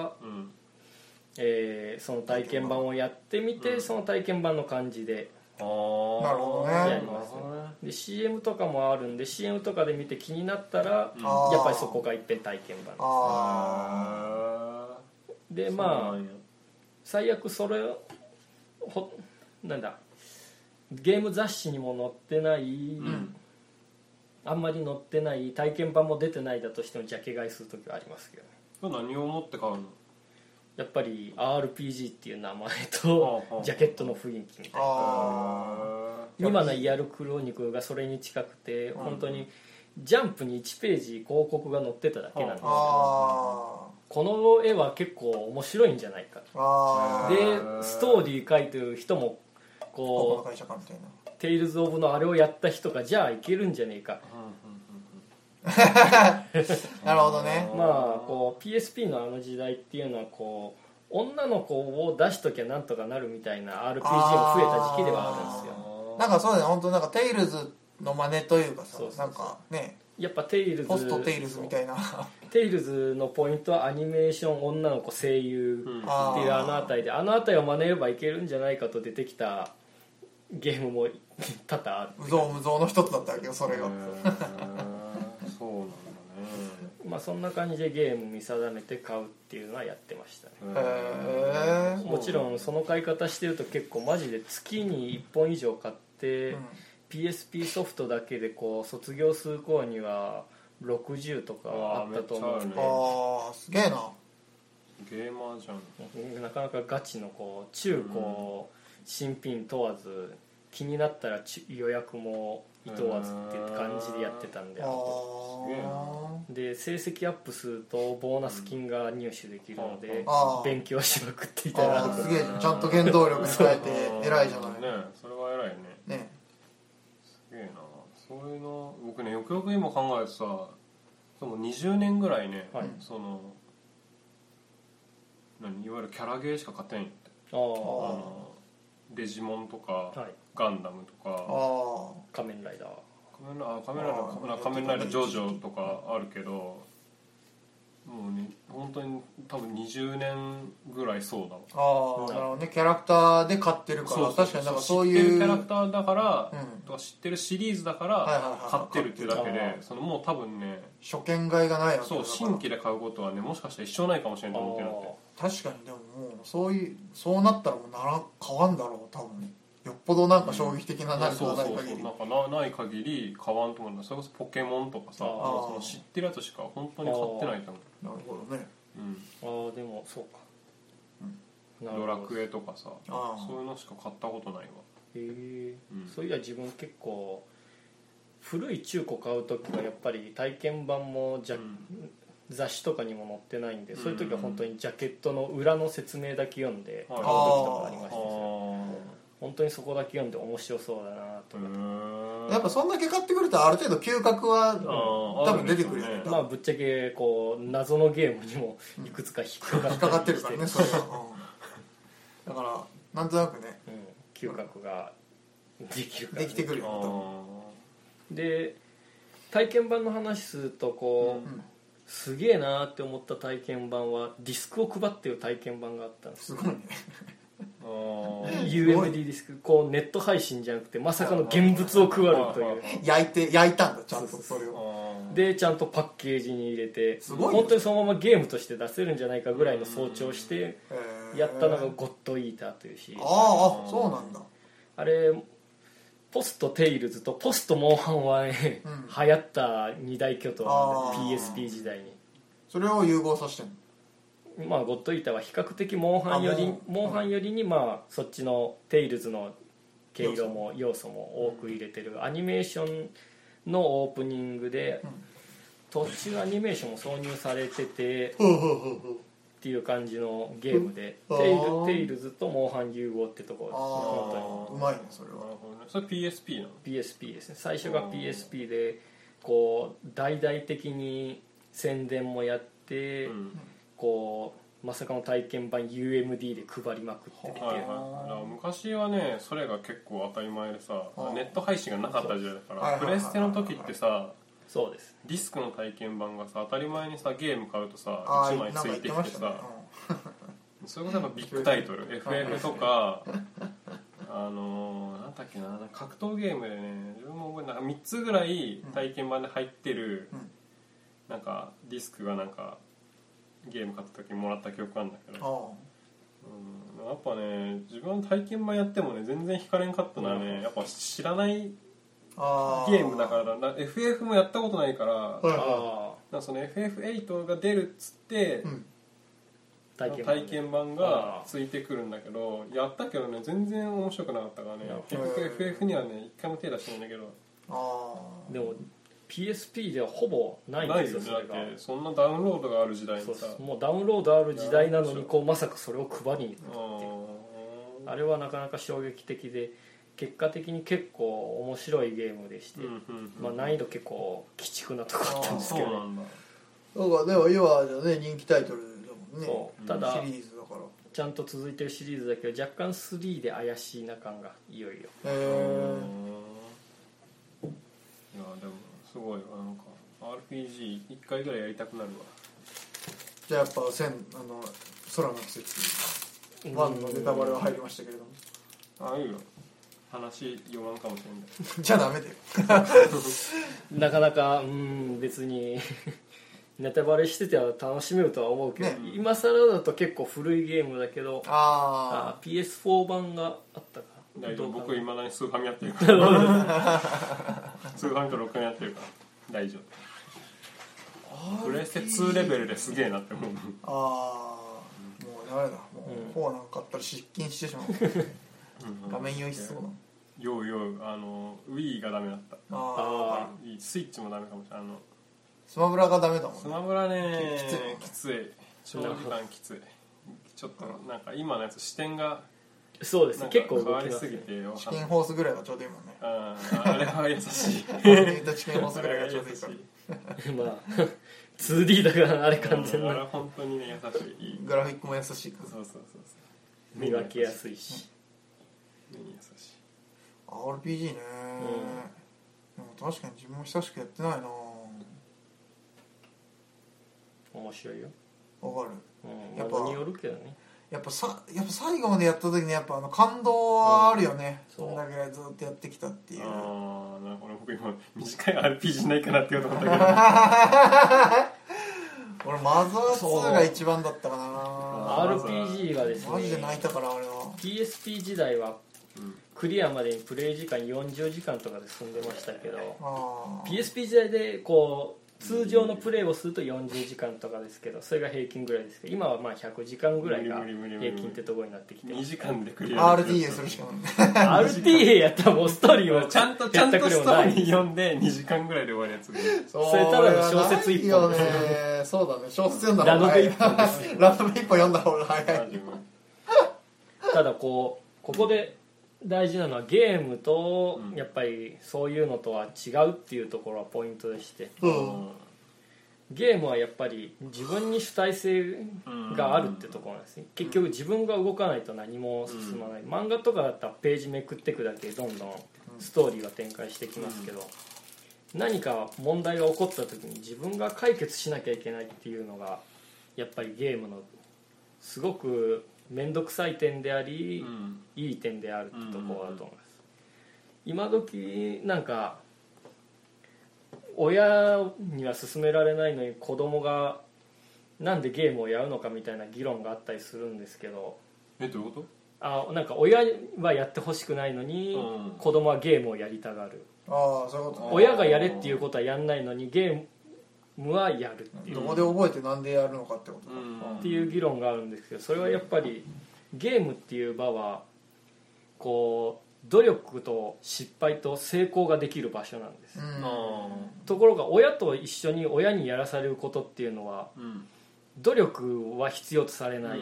B: うんえー、その体験版をやってみて、うん、その体験版の感じで
A: なるほどね
B: やりますね。で シーエム とかもあるんで シーエム とかで見て気になったら、うん、やっぱりそこが一遍体験版です。あでまあ最悪それをほなんだゲーム雑誌にも載ってない、うん、あんまり載ってない体験版も出てないだとしてもジャケ買いするときはありますけどね。
G: 何を持って買うの？
B: やっぱり アールピージー っていう名前とジャケットの雰囲気みたいな。今のイアルクロニクルがそれに近くて本当にジャンプにいちページ広告が載ってただけなんですけどこの絵は結構面白いんじゃないかとでストーリー書いてる人もこうテイルズ・オブのあれをやった人がじゃあいけるんじゃねえか
A: なるほどね。
B: まあこう ピーエスピー のあの時代っていうのはこう女の子を出しときゃなんとかなるみたいな アールピージー も増えた時期ではあるんですよ。
A: なんかそうだね本当なんかテイルズの真似というかさそうそうそうなんかね
B: やっぱテイルズ
A: ポストテイルズみたいな
B: テイルズのポイントはアニメーション女の子声優っていうあの辺りであの辺りを真似ればいけるんじゃないかと出てきたゲームも多々ある。
A: 無造無造の一つだったけどそれが
G: そうなんだね。
B: まあそんな感じでゲーム見定めて買うっていうのはやってましたね。へもちろんその買い方してると結構マジで月にいっぽん以上買って、うん、ピーエスピー ソフトだけでこう卒業する頃にはろくじゅうとかあったと思うんで
A: ああすげえな
G: ゲーマーじゃ
B: ん。なかなかガチのこう中高新品問わず気になったら予約もいとわずっていう感じでやってたんで、あで成績アップするとボーナス金が入手できるので勉強しまくっていたら
A: すげえちゃんと原動力に変えて偉いじゃない
G: ね。それは偉いね。ねすげえな。そういうの僕ねよくよく今考えてさそのにじゅうねんぐらいね、はい、その何いわゆるキャラゲーしか勝てないんだって。ああのデジモンとか、はい、ガンダムとか
B: あ仮面ライダー
G: 仮面ライダー仮面ライダー仮面ライダージョジョとかあるけどもうね本当に多分にじゅうねんぐらいそうだわ。
A: ああなるほどねキャラクターで買ってるからそうそう確かになんかそういう
G: 知ってるキャラクターだから、うん、とか知ってるシリーズだから買ってるっていうだけでそのもう多分ね
A: 初見買いがないわけ
G: そう新規で買うことはねもしかしたら一生ないかもしれないと思ってなって
A: 確かにでももうそういうそうなったらもうなら変わんだろう多分よっぽどなんか衝撃的な何かがない限り、うん、
G: なんかなない限り買わんと思うんだそれこそポケモンとかさその知ってるやつしか本当に買ってないと思
A: うなるほどね、
B: うん、ああでもそうか、
G: うん、ドラクエとかさそういうのしか買ったことないわへ
B: え、うん、そういや自分結構古い中古買う時はやっぱり体験版もじゃ、うん雑誌とかにも載ってないんで、うん、そういう時は本当にジャケットの裏の説明だけ読んで買う時とかありましたね本当にそこだけ読んで面白そうだなと思って
A: やっぱそんだけ買ってくるとある程度嗅覚は多分出てくるよね
B: まあぶっちゃけこう謎のゲームにもいくつか引っか
A: かってるからねそれは、うん、だからなんとなくね、
B: うん、嗅覚ができるから、
A: ね、できてくるよ
B: ねで体験版の話するとこう、うんすげえなーって思った体験版はディスクを配ってる体験版があったんです
A: すごいね
B: ユーエムディー ディスクこうネット配信じゃなくてまさかの現物を配るという
A: 焼いて焼いたんだちゃんとそれを
B: でちゃんとパッケージに入れて本当にそのままゲームとして出せるんじゃないかぐらいの装置をしてやったのがゴッドイーターというシリーズ
A: ああそうなんだ
B: あれポストテイルズとポストモンハンはね、うん、流行った二大巨頭なんで ピーエスピー 時代に
A: それを融合させてん
B: のまあゴッドイーターは比較的モンハンよりモンハンよりにまあそっちのテイルズの毛色も要素も多く入れてるアニメーションのオープニングで、うん、途中アニメーションも挿入されててっていう感じのゲームでテイル、テイルズとモンハン融合ってところです
A: ね本当にうまいねそれは
G: それ ピーエスピー なの
B: ピーエスピー ですね最初が ピーエスピー でこう大々的に宣伝もやって、うん、こうまさかの体験版 ユーエムディー で配りまくってきて、はい
G: はい、昔はねそれが結構当たり前でさネット配信がなかった時代だからプレステの時ってさ
B: そうです
G: ディスクの体験版がさ当たり前にさゲーム買うとさいちまいついてきてさ、ねうん、それこそやっぱビッグタイトルエフエフ とかあのー、なんだっけな格闘ゲームでね自分も覚えなんかみっつぐらい体験版で入ってる、うん、なんかディスクがなんかゲーム買った時にもらった記憶あるんだけど、うん、やっぱね自分体験版やってもね全然惹かれんかったのはねやっぱ知らないゲームだからだ エフエフ もやったことないから、はいはい、なんかその エフエフエイト が出るっつって、うん、体験版体験版がついてくるんだけどやったけどね全然面白くなかったからね結局 エフエフ にはね一回も手出してないんだけど
B: あでも ピーエスピー ではほぼないんですよ。
G: ないよね。だってそんなダウンロードがある時代にさ
B: そうそうもうダウンロードある時代なのにこうまさかそれを配りに行くっていうあれはなかなか衝撃的で結果的に結構面白いゲームでして、うんうんうんまあ、難易度結構鬼畜なとこあったんですけどそうなんだ
A: そうかでも要はね人気タイトルだもんねそうただシリーズだから
B: ちゃんと続いてるシリーズだけど若干スリーで怪しいな感がいよいよへえ
G: いやでもすごいなんか アールピージーいっかいぐらいやりたくなるわ
A: じゃあやっぱ千あの空の季節ワンのネタバレは入りましたけれども
G: ああいいよ話読まんかもしれない
A: じゃあダメだよ
B: なかなかうん別にネタバレしてては楽しめるとは思うけど、ね、今更だと結構古いゲームだけどああ ピーエスフォー 版があったか
G: 大丈夫僕いまだにスーファミやってるからスーファミとろくファミやってるから大丈夫プレステツーレベルですげえなって思う
A: ああもうダメだもうフォーなんかあったら失禁してしまう画面用意しそうな
G: ようようあの Wii がダメだったああスイッチもダメかもしれないあの
A: スマブラがダメだもんね
G: スマブラねきついきつい長時間きついちょっとなんか今のやつ視点が
B: そうです結構
G: 変わりすぎて
A: チキンホースぐらいがちょうどいいもんね
G: ああれは優しい
A: チキンホースぐらいがちょうどいいから
B: まあツーディー だからあれ完全な、
G: あれ本当にね優しい、
A: グラフィックも優しいから。
G: そうそうそうそう、
B: 磨きやすいし、
G: 目に優しい。
A: アールピージー ね、うん、でも確かに自分も久しくやってないな。
B: 面白いよ。
A: わかる、
B: うん、
A: やっぱ
B: によるけどね。
A: やっぱさやっぱ最後までやった時にやっぱあの感動はあるよね、うん、そんだけずっとやってきたっていう。
G: ああ、なるほど。僕今短い アールピージー ないかなって言おうと思ったけど
A: 俺マザーツーが一番だったかな。
B: アールピージー はですね、
A: マジで泣いたからあれは。
B: ピーエスピー 時代はクリアまでにプレイ時間よんじゅうじかんとかで済んでましたけど、
A: あ
B: ピーエスピー 時代でこう通常のプレイをするとよんじゅうじかんとかですけど、それが平均ぐらいですけど、今はまあひゃくじかんぐらいが平均ってところになってきて、
G: にじかんでクリア
A: アールディーエー するしかない
B: アールディーエー やったらもうストーリーを
G: ちゃんとちゃんとストーリー読んでにじかんぐらいで終わるやつで、
A: そ
B: それただの小説一本です
A: よね。そうだね、小説読んだ方が早い。
B: ラノベ一本です
A: ラノベ一本読んだ方が早い。
B: ただこうここで大事なのはゲームとやっぱりそういうのとは違うっていうところはポイントでして、
A: うん、
B: ゲームはやっぱり自分に主体性があるってところなんですね。結局自分が動かないと何も進まない。漫画とかだったらページめくっていくだけでどんどんストーリーが展開してきますけど、何か問題が起こった時に自分が解決しなきゃいけないっていうのがやっぱりゲームのすごく面倒くさい点であり、うん、いい点であるってところだと思います。今時なんか親には勧められないのに子供がなんでゲームをやるのかみたいな議論があったりするんですけど、
G: え、どういうこと？
B: あ、なんか親はやってほしくないのに、うん、子供はゲームをやりたがる。
A: ああ、そういうことね。
B: 親がやれっていうことはやんないのにゲームはやるっていう、
A: どこで覚えてなんでやるのかってことか、
B: うん、っていう議論があるんですけど、それはやっぱりゲームっていう場はこう努力と失敗と成功ができる場所なんです、うん、ところが親と一緒に親にやらされることっていうのは、うん、努力は必要とされない、うん、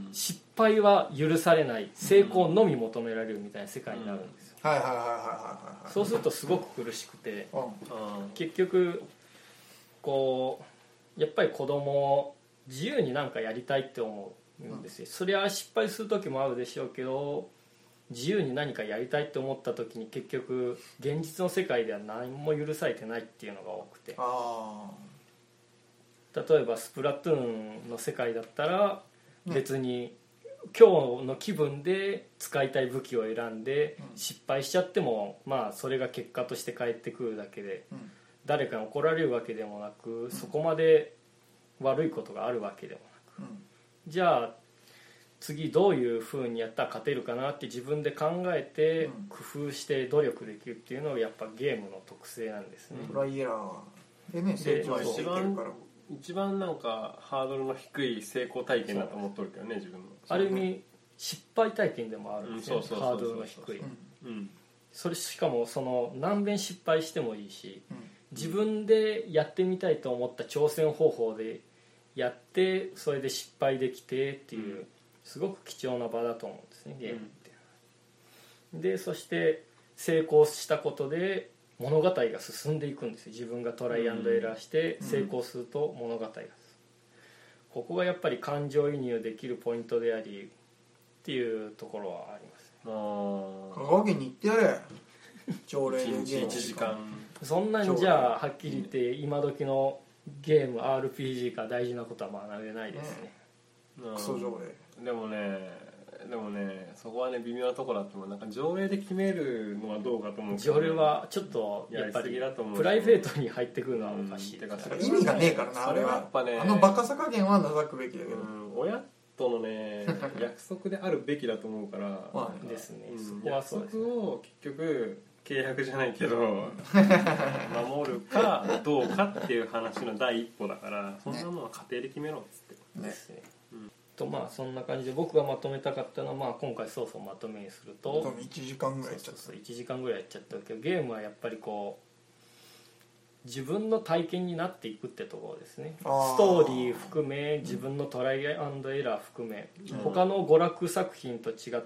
B: 失敗は許されない、成功のみ求められるみたいな世界になるんですよ。そうするとすごく苦しくて、うん、結局こうやっぱり子供自由に何かやりたいって思うんですよ、うん、それは失敗する時もあるでしょうけど、自由に何かやりたいって思った時に結局現実の世界では何も許されてないっていうのが多くて、あ、例えばスプラトゥーンの世界だったら別に今日の気分で使いたい武器を選んで失敗しちゃってもまあそれが結果として返ってくるだけで、うん、誰かに怒られるわけでもなく、そこまで悪いことがあるわけでもなく、うん、じゃあ次どういう風にやったら勝てるかなって自分で考えて工夫して努力できるっていうのがやっぱゲームの特性なんですね。
A: トライエラーでね、成長していけるから。
G: 一番なんかハードルの低い成功体験だと思っとるけどね、自分の。
B: ある意味失敗体験でもあるんですよ、ハードルの低い。それしかもその何遍失敗してもいいし、うん、自分でやってみたいと思った挑戦方法でやってそれで失敗できてっていう、うん、すごく貴重な場だと思うんですね、ゲームって、うん、でそして成功したことで物語が進んでいくんですよ。自分がトライアンドエラーして成功すると物語が進む、ここがやっぱり感情移入できるポイントでありっていうところはあります。
A: 香川県に行ってやれ朝礼でゲーム
G: いちじかん。
B: そんなにじゃあはっきり言って今時のゲーム アールピージー から大事なことは学べないですね、
A: うん、クソ条例。
G: でもねでもねそこはね微妙なところだと思う。なんか条例で決めるのはどうかと思う、ね、
B: 条例はちょっとやっぱりプライベートに入ってくるのはおかしい、うん、
A: 意味がねえからな、あれはやっぱ、ね、あのバカさ加減は除くべきだけど、うん、
G: 親とのね約束であるべきだと思うから
B: まあですね、うん、
G: そこはそうです、ね、約束を結局契約じゃないけど守るかどうかっていう話の第一歩だから、そんなものは家庭で決めろっつって、
B: ね、ですね、うん、とまあそんな感じで僕がまとめたかったのは、まあ、今回そうそうまとめにすると
A: いちじかんぐらいやっちゃった。
B: そうそういちじかんぐらいやっちゃったけど、ゲームはやっぱりこう自分の体験になっていくってところですね。ストーリー含め自分のトライアンドエラー含め、うん、他の娯楽作品と違って、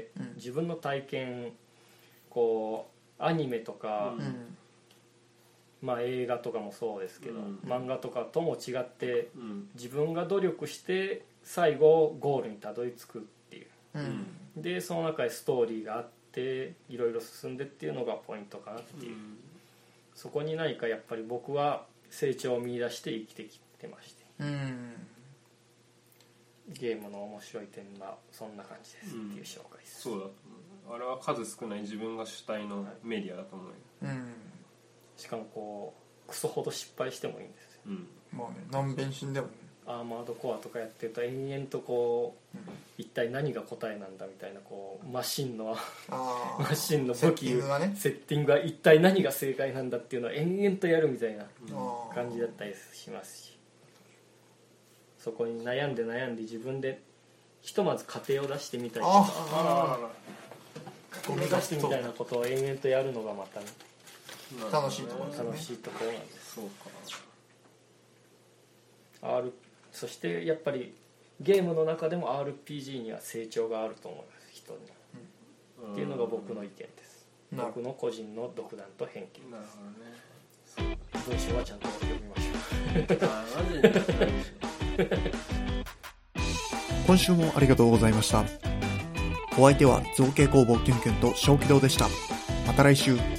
B: うん、自分の体験こうアニメとか、 まあ、映画とかもそうですけど、
G: うん、
B: 漫画とかとも違って、うん、自分が努力して最後ゴールにたどり着くっていう、うん、でその中でストーリーがあっていろいろ進んでっていうのがポイントかなっていう、うん、そこに何かやっぱり僕は成長を見出して生きてきてまして、うん、ゲームの面白い点はそんな感じですっていう紹介です、
G: うん、そうだ、あれは数少ない自分が主体のメディアだと思うよ、
B: はい、うん、しかもこうクソほど失敗してもいいんですよ、うん、
A: まあね、何遍死んでもね、
B: アーマードコアとかやってると延々とこう、うん、一体何が答えなんだみたいなこうマシンのマシンの武器セッティングがね、セッティングが一体何が正解なんだっていうのを延々とやるみたいな感じだったりしますし、そこに悩んで悩んで自分でひとまず過程を出してみたりとか、ゴミ出してみたいなことを延々とやるのがまた、ね、
A: 楽しいところですね。
B: 楽しいところなんです。そうか。R そしてやっぱりゲームの中でも アールピージー には成長があると思います人に、うん、っていうのが僕の意見です。僕の個人の独断と偏見。なるほどね。文章はちゃんと読みましょう。
D: 今週もありがとうございました。お相手は造形工房キュンキュンと小気道でした。また来週。